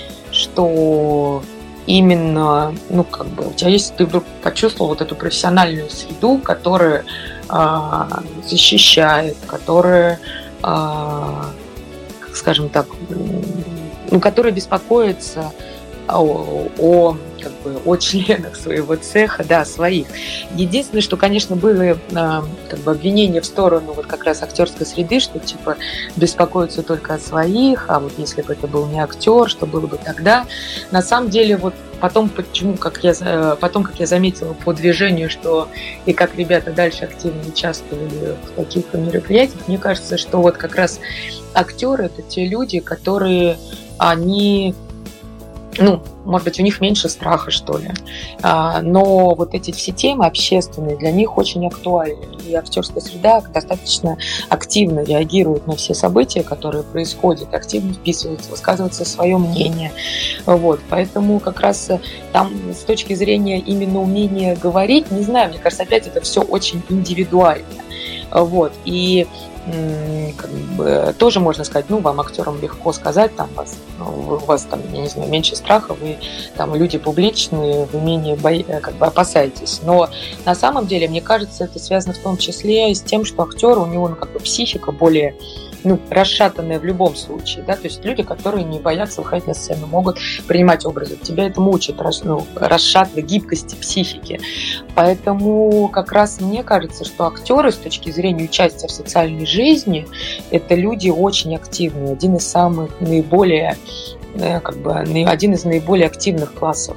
Speaker 3: что именно, ну, как бы, у тебя есть, ты вдруг почувствовал вот эту профессиональную среду, которая э, защищает, которая, э, скажем так, ну, которая беспокоится о, о как бы о членах своего цеха, да, своих. Единственное, что, конечно, были как бы обвинения в сторону вот как раз актерской среды, что типа беспокоиться только о своих, а вот если бы это был не актер, что было бы тогда. На самом деле, вот потом, почему, как я, потом, как я заметила по движению, что и как ребята дальше активно участвовали в таких мероприятиях, мне кажется, что вот как раз актеры — это те люди, которые, они, ну, может быть, у них меньше страха, что ли. Но вот эти все темы общественные для них очень актуальны. И актерская среда достаточно активно реагирует на все события, которые происходят, активно вписывается, высказывается свое мнение. Вот. Поэтому как раз там с точки зрения именно умения говорить, не знаю, мне кажется, опять это все очень индивидуально. Вот. И как бы, тоже можно сказать, ну, вам, актерам, легко сказать, там, вас, ну, у вас там, я не знаю, меньше страха, вы там люди публичные, вы менее бои, как бы опасаетесь. Но на самом деле, мне кажется, это связано в том числе с тем, что актер, у него, ну, как бы психика более, ну, расшатанная в любом случае, да, то есть люди, которые не боятся выходить на сцену, могут принимать образы. Тебя этому учат, ну, расшатной гибкости психики. Поэтому как раз мне кажется, что актеры с точки зрения участия в социальной жизни, это люди очень активные, один из самых наиболее, как бы, один из наиболее активных классов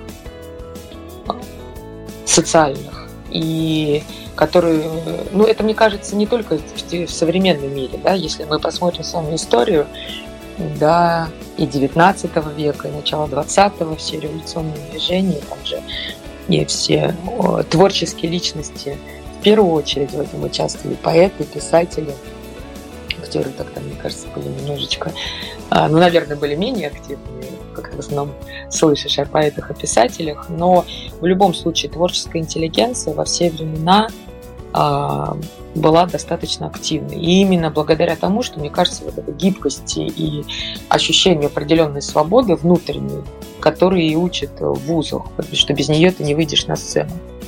Speaker 3: социальных. И которые, ну, это, мне кажется, не только в современном мире, да, если мы посмотрим с вами историю, да, и девятнадцатого века, и начала двадцатого, все революционные движения, там же и все о, творческие личности, в первую очередь в этом участвовали поэты, писатели, актеры тогда, мне кажется, были немножечко, а, ну, наверное, были менее активные, как в основном слышишь о поэтах, о писателях, но в любом случае творческая интеллигенция во все времена а, была достаточно активной. И именно благодаря тому, что, мне кажется, вот этой гибкости и ощущению определенной свободы внутренней, которые и учат в вузах, потому что без нее ты не выйдешь на сцену.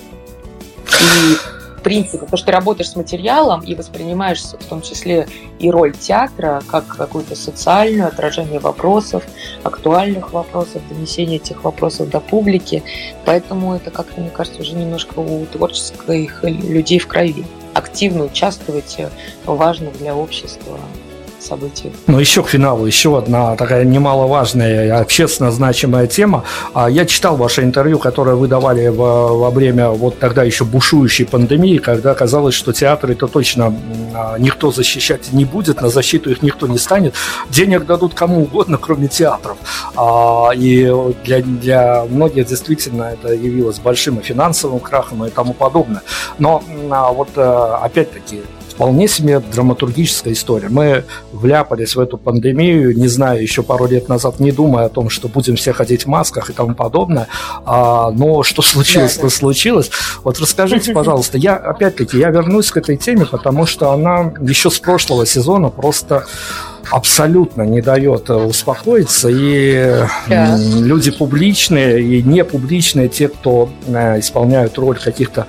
Speaker 3: И в принципе, то, что ты работаешь с материалом и воспринимаешь в том числе и роль театра как какое-то социальное отражение вопросов, актуальных вопросов, донесение этих вопросов до публики. Поэтому это как-то, мне кажется, уже немножко у творческих людей в крови. Активно участвовать в важных для общества событий.
Speaker 2: Но еще к финалу, еще одна такая немаловажная и общественно значимая тема. Я читал ваше интервью, которое вы давали во, во время вот тогда еще бушующей пандемии, когда казалось, что театры-то точно никто защищать не будет, на защиту их никто не станет. Денег дадут кому угодно, кроме театров. И для, для многих действительно это явилось большим и финансовым крахом и тому подобное. Но вот опять-таки вполне себе драматургическая история. Мы вляпались в эту пандемию, не знаю, еще пару лет назад, не думая о том, что будем все ходить в масках и тому подобное, а, но что случилось, да, то да. случилось. Вот расскажите, пожалуйста, я опять-таки, я вернусь к этой теме, потому что она еще с прошлого сезона просто абсолютно не дает успокоиться, и да. люди публичные и не публичные, те, кто исполняют роль каких-то,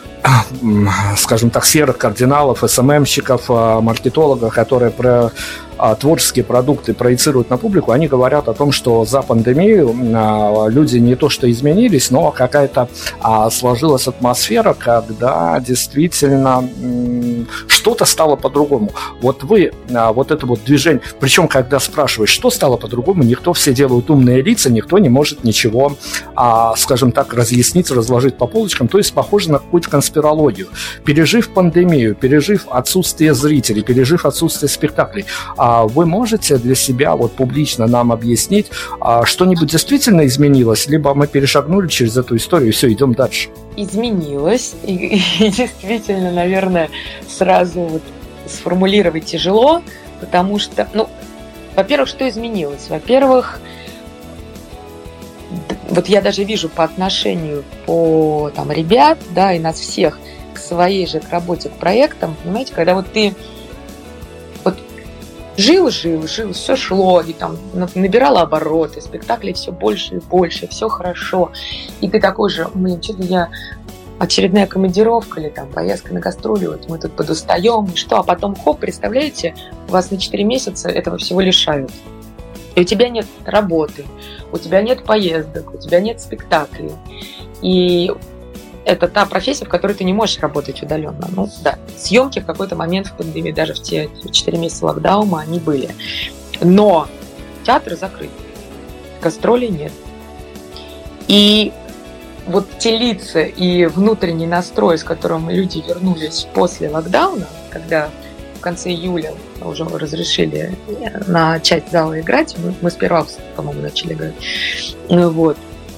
Speaker 2: скажем так, серых кардиналов, эс эм эм-щиков, маркетологов, которые про творческие продукты проецируют на публику, они говорят о том, что за пандемию люди не то что изменились, но какая-то сложилась атмосфера, когда действительно что-то стало по-другому. Вот вы, вот это вот движение, причем когда спрашиваешь, что стало по-другому, никто, все делают умные лица, никто не может ничего, скажем так, разъяснить, разложить по полочкам, то есть похоже на какую-то конспирологию. Пережив пандемию, пережив отсутствие зрителей, пережив отсутствие спектаклей, вы можете для себя вот публично нам объяснить, что-нибудь действительно изменилось, либо мы перешагнули через эту историю и все, идем дальше?
Speaker 3: Изменилось, и, и действительно, наверное, сразу вот сформулировать тяжело, потому что, ну, во-первых, что изменилось? Во-первых, вот я даже вижу по отношению по там ребят, да, и нас всех к своей же к работе, к проектам, понимаете, когда вот ты вот Жил, жил, жил, все шло, и там набирало обороты, спектаклей все больше и больше, все хорошо. И ты такой же, блин, что-то я очередная командировка или там поездка на гастроли, вот мы тут подустаем, и что, а потом хоп, представляете, вас на четыре месяца этого всего лишают. И у тебя нет работы, у тебя нет поездок, у тебя нет спектаклей. И это та профессия, в которой ты не можешь работать удаленно. Ну да, съемки в какой-то момент в пандемии, даже в те четыре месяца локдауна, они были. Но театры закрыты, гастролей нет. И вот те лица и внутренний настрой, с которым люди вернулись после локдауна, когда в конце июля уже разрешили на часть зала играть, мы, мы сперва, по-моему, начали играть, вот.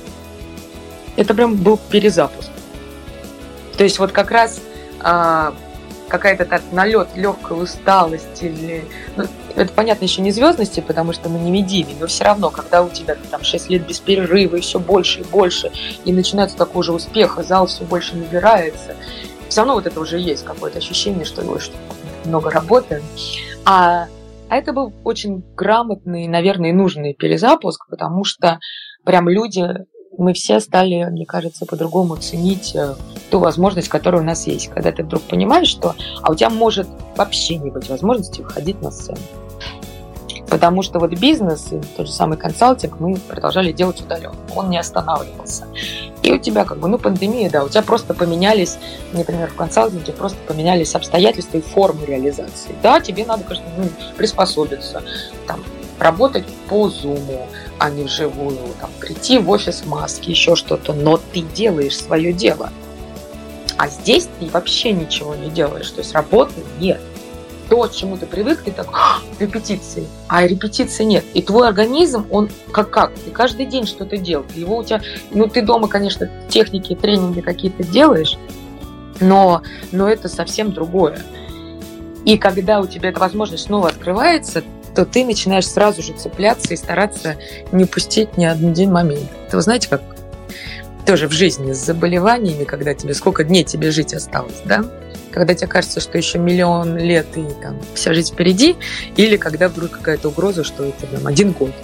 Speaker 3: Это прям был перезапуск. То есть вот как раз а, какая-то так налет легкой усталости или... Ну, это, понятно, еще не звездности, потому что мы не медийные, но все равно, когда у тебя там шесть лет без перерыва и все больше и больше, и начинается такой же успех, и зал все больше набирается, все равно вот это уже есть какое-то ощущение, что, ой, что много работаем. А, а это был очень грамотный, наверное, и нужный перезапуск, потому что прям люди... Мы все стали, мне кажется, по-другому ценить ту возможность, которая у нас есть. Когда ты вдруг понимаешь, что а у тебя может вообще не быть возможности выходить на сцену. Потому что вот бизнес и тот же самый консалтинг мы продолжали делать удаленно. Он не останавливался. И у тебя как бы, ну, пандемия, да, у тебя просто поменялись, например, в консалтинге просто поменялись обстоятельства и формы реализации. Да, тебе надо, конечно, ну, приспособиться, там, работать по зуму, а не вживую, там, прийти в офис в маске, еще что-то, но ты делаешь свое дело. А здесь ты вообще ничего не делаешь, то есть работы нет. То, к чему ты привык, ты так, репетиции, а репетиции нет. И твой организм, он как как, ты каждый день что-то делаешь. Его у тебя, ну ты дома, конечно, техники, тренинги какие-то делаешь, но, но это совсем другое. И когда у тебя эта возможность снова открывается, то ты начинаешь сразу же цепляться и стараться не пустить ни один момент. Это вы знаете, как тоже в жизни с заболеваниями, когда тебе сколько дней тебе жить осталось, да? Когда тебе кажется, что еще миллион лет и там вся жизнь впереди, или когда вдруг какая-то угроза, что это там один год.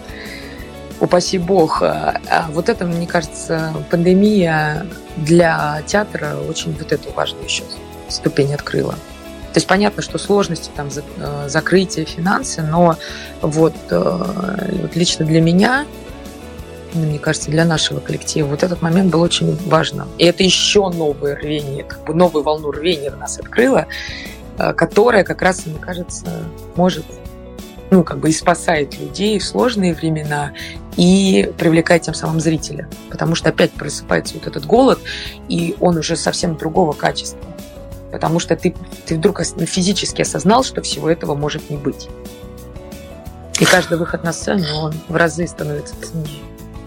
Speaker 3: Упаси бог. А вот это, мне кажется, пандемия для театра очень вот эту важную еще ступень открыла. То есть понятно, что сложности, там, закрытие, финансы, но вот, вот лично для меня, мне кажется, для нашего коллектива вот этот момент был очень важным. И это еще новое рвение, как бы новую волну рвения в нас открыло, которая как раз, мне кажется, может, ну, как бы и спасает людей в сложные времена и привлекает тем самым зрителя. Потому что опять просыпается вот этот голод, и он уже совсем другого качества. Потому что ты, ты вдруг физически осознал, что всего этого может не быть. И каждый выход на сцену, он в разы становится ценнее.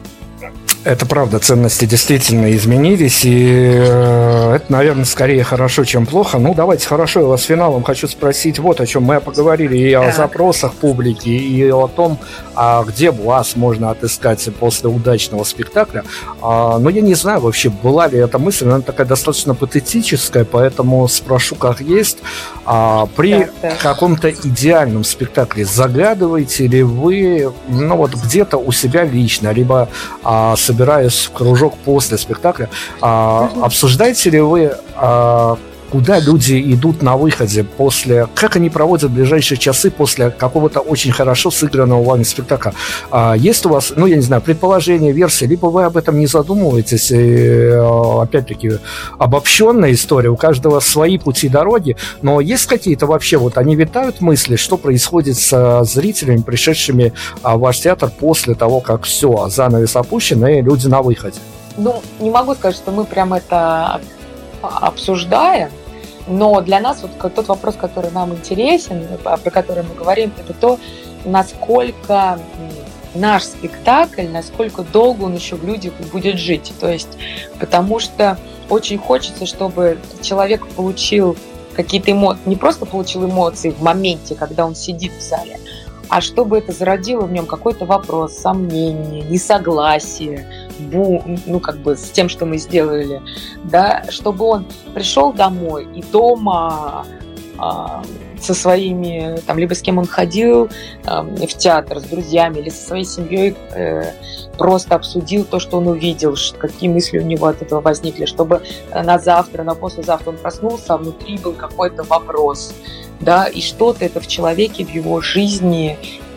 Speaker 2: Это правда, ценности действительно изменились, и э, это, наверное, скорее хорошо, чем плохо. Ну, давайте хорошо, я вас финалом хочу спросить вот о чем. Мы поговорили и о так. запросах публики, и о том, а где вас можно отыскать после удачного спектакля. А, но я не знаю вообще, была ли эта мысль, она такая достаточно патетическая, поэтому спрошу как есть. А, при так, так. каком-то идеальном спектакле заглядываете ли вы, ну вот где-то у себя лично, либо а, собираясь в кружок после спектакля, а, угу. обсуждаете ли вы, а, куда люди идут на выходе после, как они проводят ближайшие часы после какого-то очень хорошо сыгранного вами спектакля? А, есть у вас, ну я не знаю, предположение, версия, либо вы об этом не задумываетесь, и, опять-таки, обобщенная история, у каждого свои пути дороги, но есть какие-то вообще, вот они витают мысли, что происходит с зрителями, пришедшими в ваш театр после того, как все, занавес опущен, и люди на выходе?
Speaker 3: Ну, не могу сказать, что мы прям это обсуждаем, но для нас вот тот вопрос, который нам интересен, про который мы говорим, это то, насколько наш спектакль, насколько долго он еще в людях будет жить. То есть, потому что очень хочется, чтобы человек получил какие-то эмоции, не просто получил эмоции в моменте, когда он сидит в зале, а чтобы это зародило в нем какой-то вопрос, сомнение, несогласие, бу, ну, как бы с тем, что мы сделали, да, чтобы он пришел домой и дома а, со своими, там, либо с кем он ходил а, в театр, с друзьями, или со своей семьей э, просто обсудил то, что он увидел, какие мысли у него от этого возникли, чтобы на завтра, на послезавтра он проснулся, а внутри был какой-то вопрос, да, и что-то это в человеке, в его жизни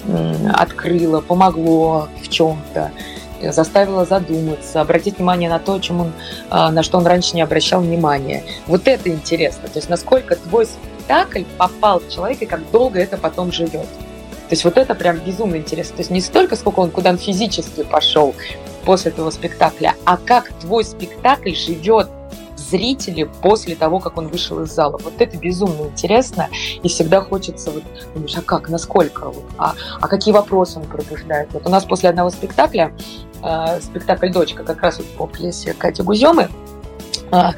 Speaker 3: открыло, помогло в чем-то, заставило задуматься, обратить внимание на то, чем он, на что он раньше не обращал внимания. Вот это интересно. То есть насколько твой спектакль попал в человека и как долго это потом живет. То есть вот это прям безумно интересно. То есть не столько, сколько он куда он физически пошел после этого спектакля, а как твой спектакль живет в зрителе после того, как он вышел из зала. Вот это безумно интересно. И всегда хочется, вот, думаешь, а как, насколько, вот, а, а какие вопросы он пробуждает. Вот у нас после одного спектакля, э, спектакль «Дочка», как раз вот по пьесе Кати Гуземы, А,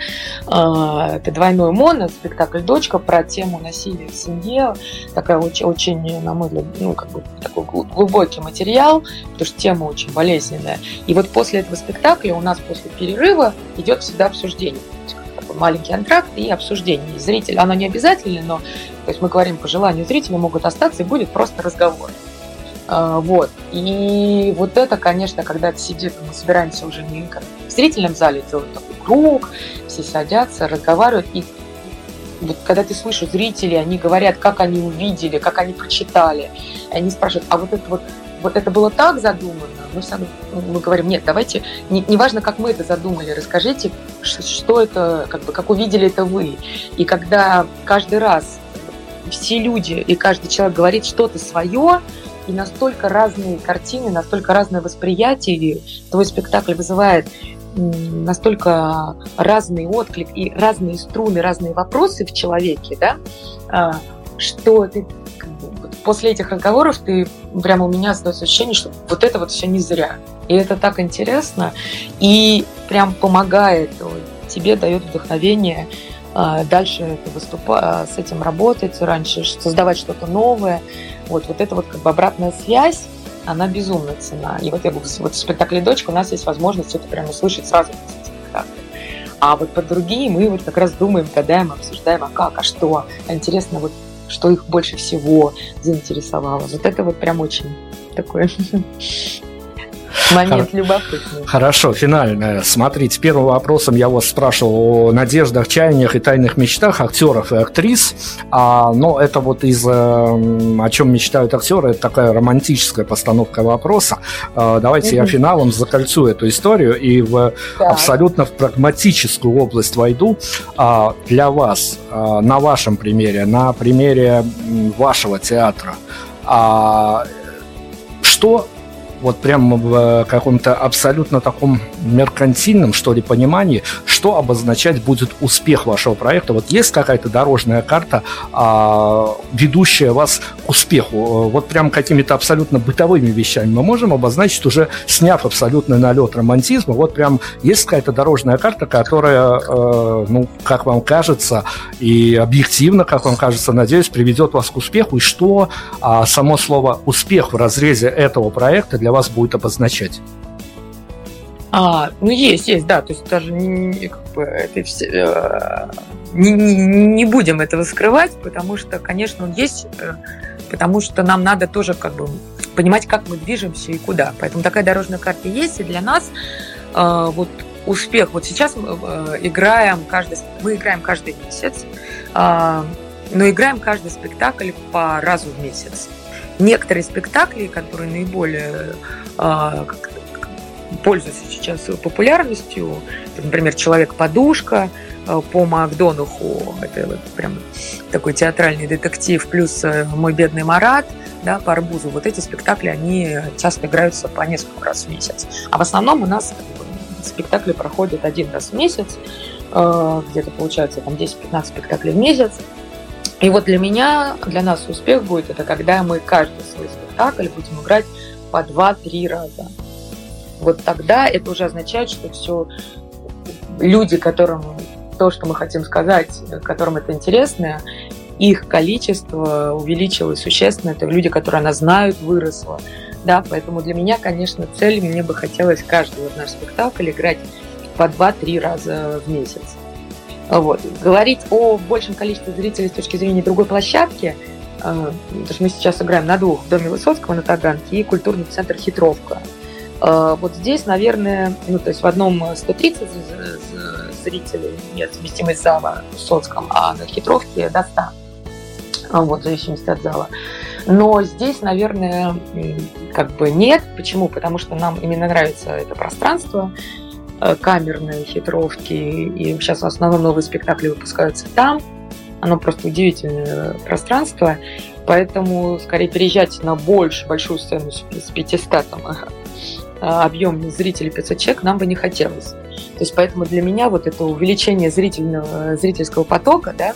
Speaker 3: а, это двойной моно, спектакль «Дочка» про тему насилия в семье. Такая очень, очень, на мой взгляд, ну, как бы такой глубокий материал, потому что тема очень болезненная. И вот после этого спектакля у нас после перерыва идет всегда обсуждение. Такой маленький антракт и обсуждение. И зритель, оно не обязательно, но то есть мы говорим по желанию зрителя, могут остаться, и будет просто разговор. А, вот. И вот это, конечно, когда ты сидишь, мы собираемся уже не как в зрительном зале, делать такой круг, все садятся, разговаривают, и вот когда ты слышишь зрителей, они говорят, как они увидели, как они прочитали, и они спрашивают, а вот это вот, вот это было так задумано? Мы, сами, мы говорим, нет, давайте, не, не важно, как мы это задумали, расскажите, что это, как бы, как увидели это вы. И когда каждый раз все люди и каждый человек говорит что-то свое, и настолько разные картины, настолько разное восприятие, и твой спектакль вызывает настолько разный отклик и разные струны, разные вопросы в человеке, да, что ты после этих разговоров ты прямо у меня остается ощущение, что вот это вот все не зря. И это так интересно, и прям помогает тебе, дает вдохновение дальше это выступать, с этим работать, раньше создавать что-то новое. Вот, вот это вот как бы обратная связь, она безумно ценна. И вот, я, вот в спектакле «Дочка» у нас есть возможность это прямо услышать сразу после спектакля. А вот под другие мы вот как раз думаем, гадаем, обсуждаем, а как, а что. А интересно, вот, что их больше всего заинтересовало. Вот это вот прям очень такой момент любопытный.
Speaker 2: Хорошо, финальное. Смотрите, первым вопросом я вас спрашивал о надеждах, чаяниях и тайных мечтах актеров и актрис. А, но это вот из о чем мечтают актеры, это такая романтическая постановка вопроса. А, давайте mm-hmm. я финалом закольцую эту историю и в да. абсолютно в прагматическую область войду. А, для вас, а, на вашем примере, на примере вашего театра, а, что вот прямо в каком-то абсолютно таком меркантильном, что ли, понимании, что обозначать будет успех вашего проекта? Вот есть какая-то дорожная карта, а, ведущая вас к успеху? Вот прям какими-то абсолютно бытовыми вещами мы можем обозначить, уже сняв абсолютный налет романтизма. Вот прям есть какая-то дорожная карта, которая, э, ну, как вам кажется, и объективно, как вам кажется, надеюсь, приведет вас к успеху, и что а, само слово «успех» в разрезе этого проекта для вас будет обозначать?
Speaker 3: А, ну есть, есть, да, то есть даже не, как бы, это все, э, не, не, не будем этого скрывать, потому что, конечно, он есть, э, потому что нам надо тоже как бы понимать, как мы движемся и куда. Поэтому такая дорожная карта есть, и для нас э, вот успех. Вот сейчас мы э, играем каждый, мы играем каждый месяц, э, но играем каждый спектакль по разу в месяц. Некоторые спектакли, которые наиболее э, пользуются сейчас популярностью, например, «Человек-подушка» э, по Макдонуху, это вот прям такой театральный детектив, плюс «Мой бедный Марат», да, по Арбузу. Вот эти спектакли, они часто играются по несколько раз в месяц. А в основном у нас спектакли проходят один раз в месяц, э, где-то получается там десять-пятнадцать спектаклей в месяц. И вот для меня, для нас успех будет, это когда мы каждый свой спектакль будем играть по два-три раза. Вот тогда это уже означает, что все люди, которым то, что мы хотим сказать, которым это интересно, их количество увеличилось существенно. Это люди, которые она знают, выросла. Да, поэтому для меня, конечно, цель, мне бы хотелось каждый вот наш спектакль играть по два-три раза в месяц. Вот. Говорить о большем количестве зрителей с точки зрения другой площадки, потому что мы сейчас играем на двух, в Доме Высоцкого на Таганке и культурный центр «Хитровка». Вот здесь, наверное, ну, то есть в одном сто тридцать зрителей, нет, вместимость зала в Высоцком, а на Хитровке до ста, вот, в зависимости от зала. Но здесь, наверное, как бы нет. Почему? Потому что нам именно нравится это пространство, камерные хитровки, и сейчас в основном новые спектакли выпускаются там. Оно просто удивительное пространство, поэтому скорее переезжать на больше, большую сцену с пятьсот там, объем зрителей пятьсот человек нам бы не хотелось. То есть поэтому для меня вот это увеличение зрительного, зрительского потока, да,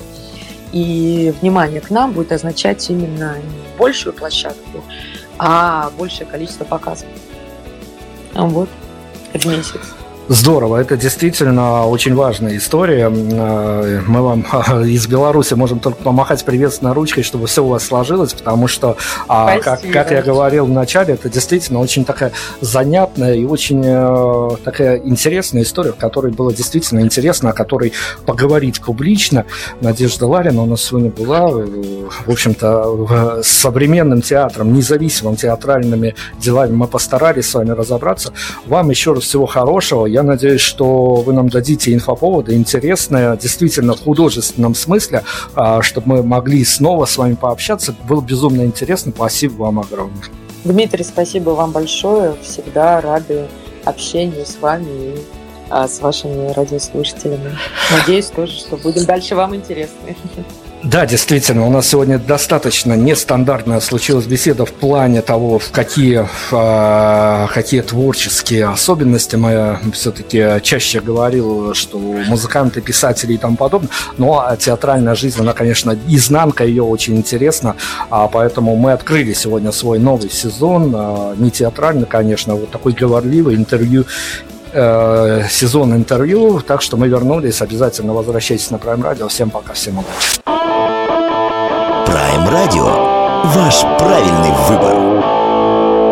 Speaker 3: и внимание к нам будет означать именно не большую площадку, а большее количество показов. Вот, в месяц.
Speaker 2: Здорово, это действительно очень важная история. Мы вам из Беларуси можем только помахать приветственной ручкой, чтобы все у вас сложилось, потому что, как, как я говорил в начале, это действительно очень такая занятная и очень такая интересная история, в которой было действительно интересно, о которой поговорить публично. Надежда Ларина у нас сегодня была, в общем-то, с современным театром, независимым театральными делами мы постарались с вами разобраться. Вам еще раз всего хорошего. Я надеюсь, что вы нам дадите инфоповоды интересные, действительно в художественном смысле, чтобы мы могли снова с вами пообщаться. Было безумно интересно. Спасибо вам огромное.
Speaker 3: Дмитрий, спасибо вам большое. Всегда рады общению с вами и а, с вашими радиослушателями. Надеюсь тоже, что будем дальше вам интересны.
Speaker 2: Да, действительно, у нас сегодня достаточно нестандартная случилась беседа в плане того, в какие, э, какие творческие особенности. Мы все-таки чаще говорил, что музыканты, писатели и тому подобное, но театральная жизнь, она, конечно, изнанка ее очень интересна, а поэтому мы открыли сегодня свой новый сезон, э, не театральный, конечно, вот такой говорливый интервью, сезон интервью, так что мы вернулись, обязательно возвращайтесь на Prime Radio. Всем пока, всем удачи.
Speaker 1: Prime Radio – ваш правильный выбор.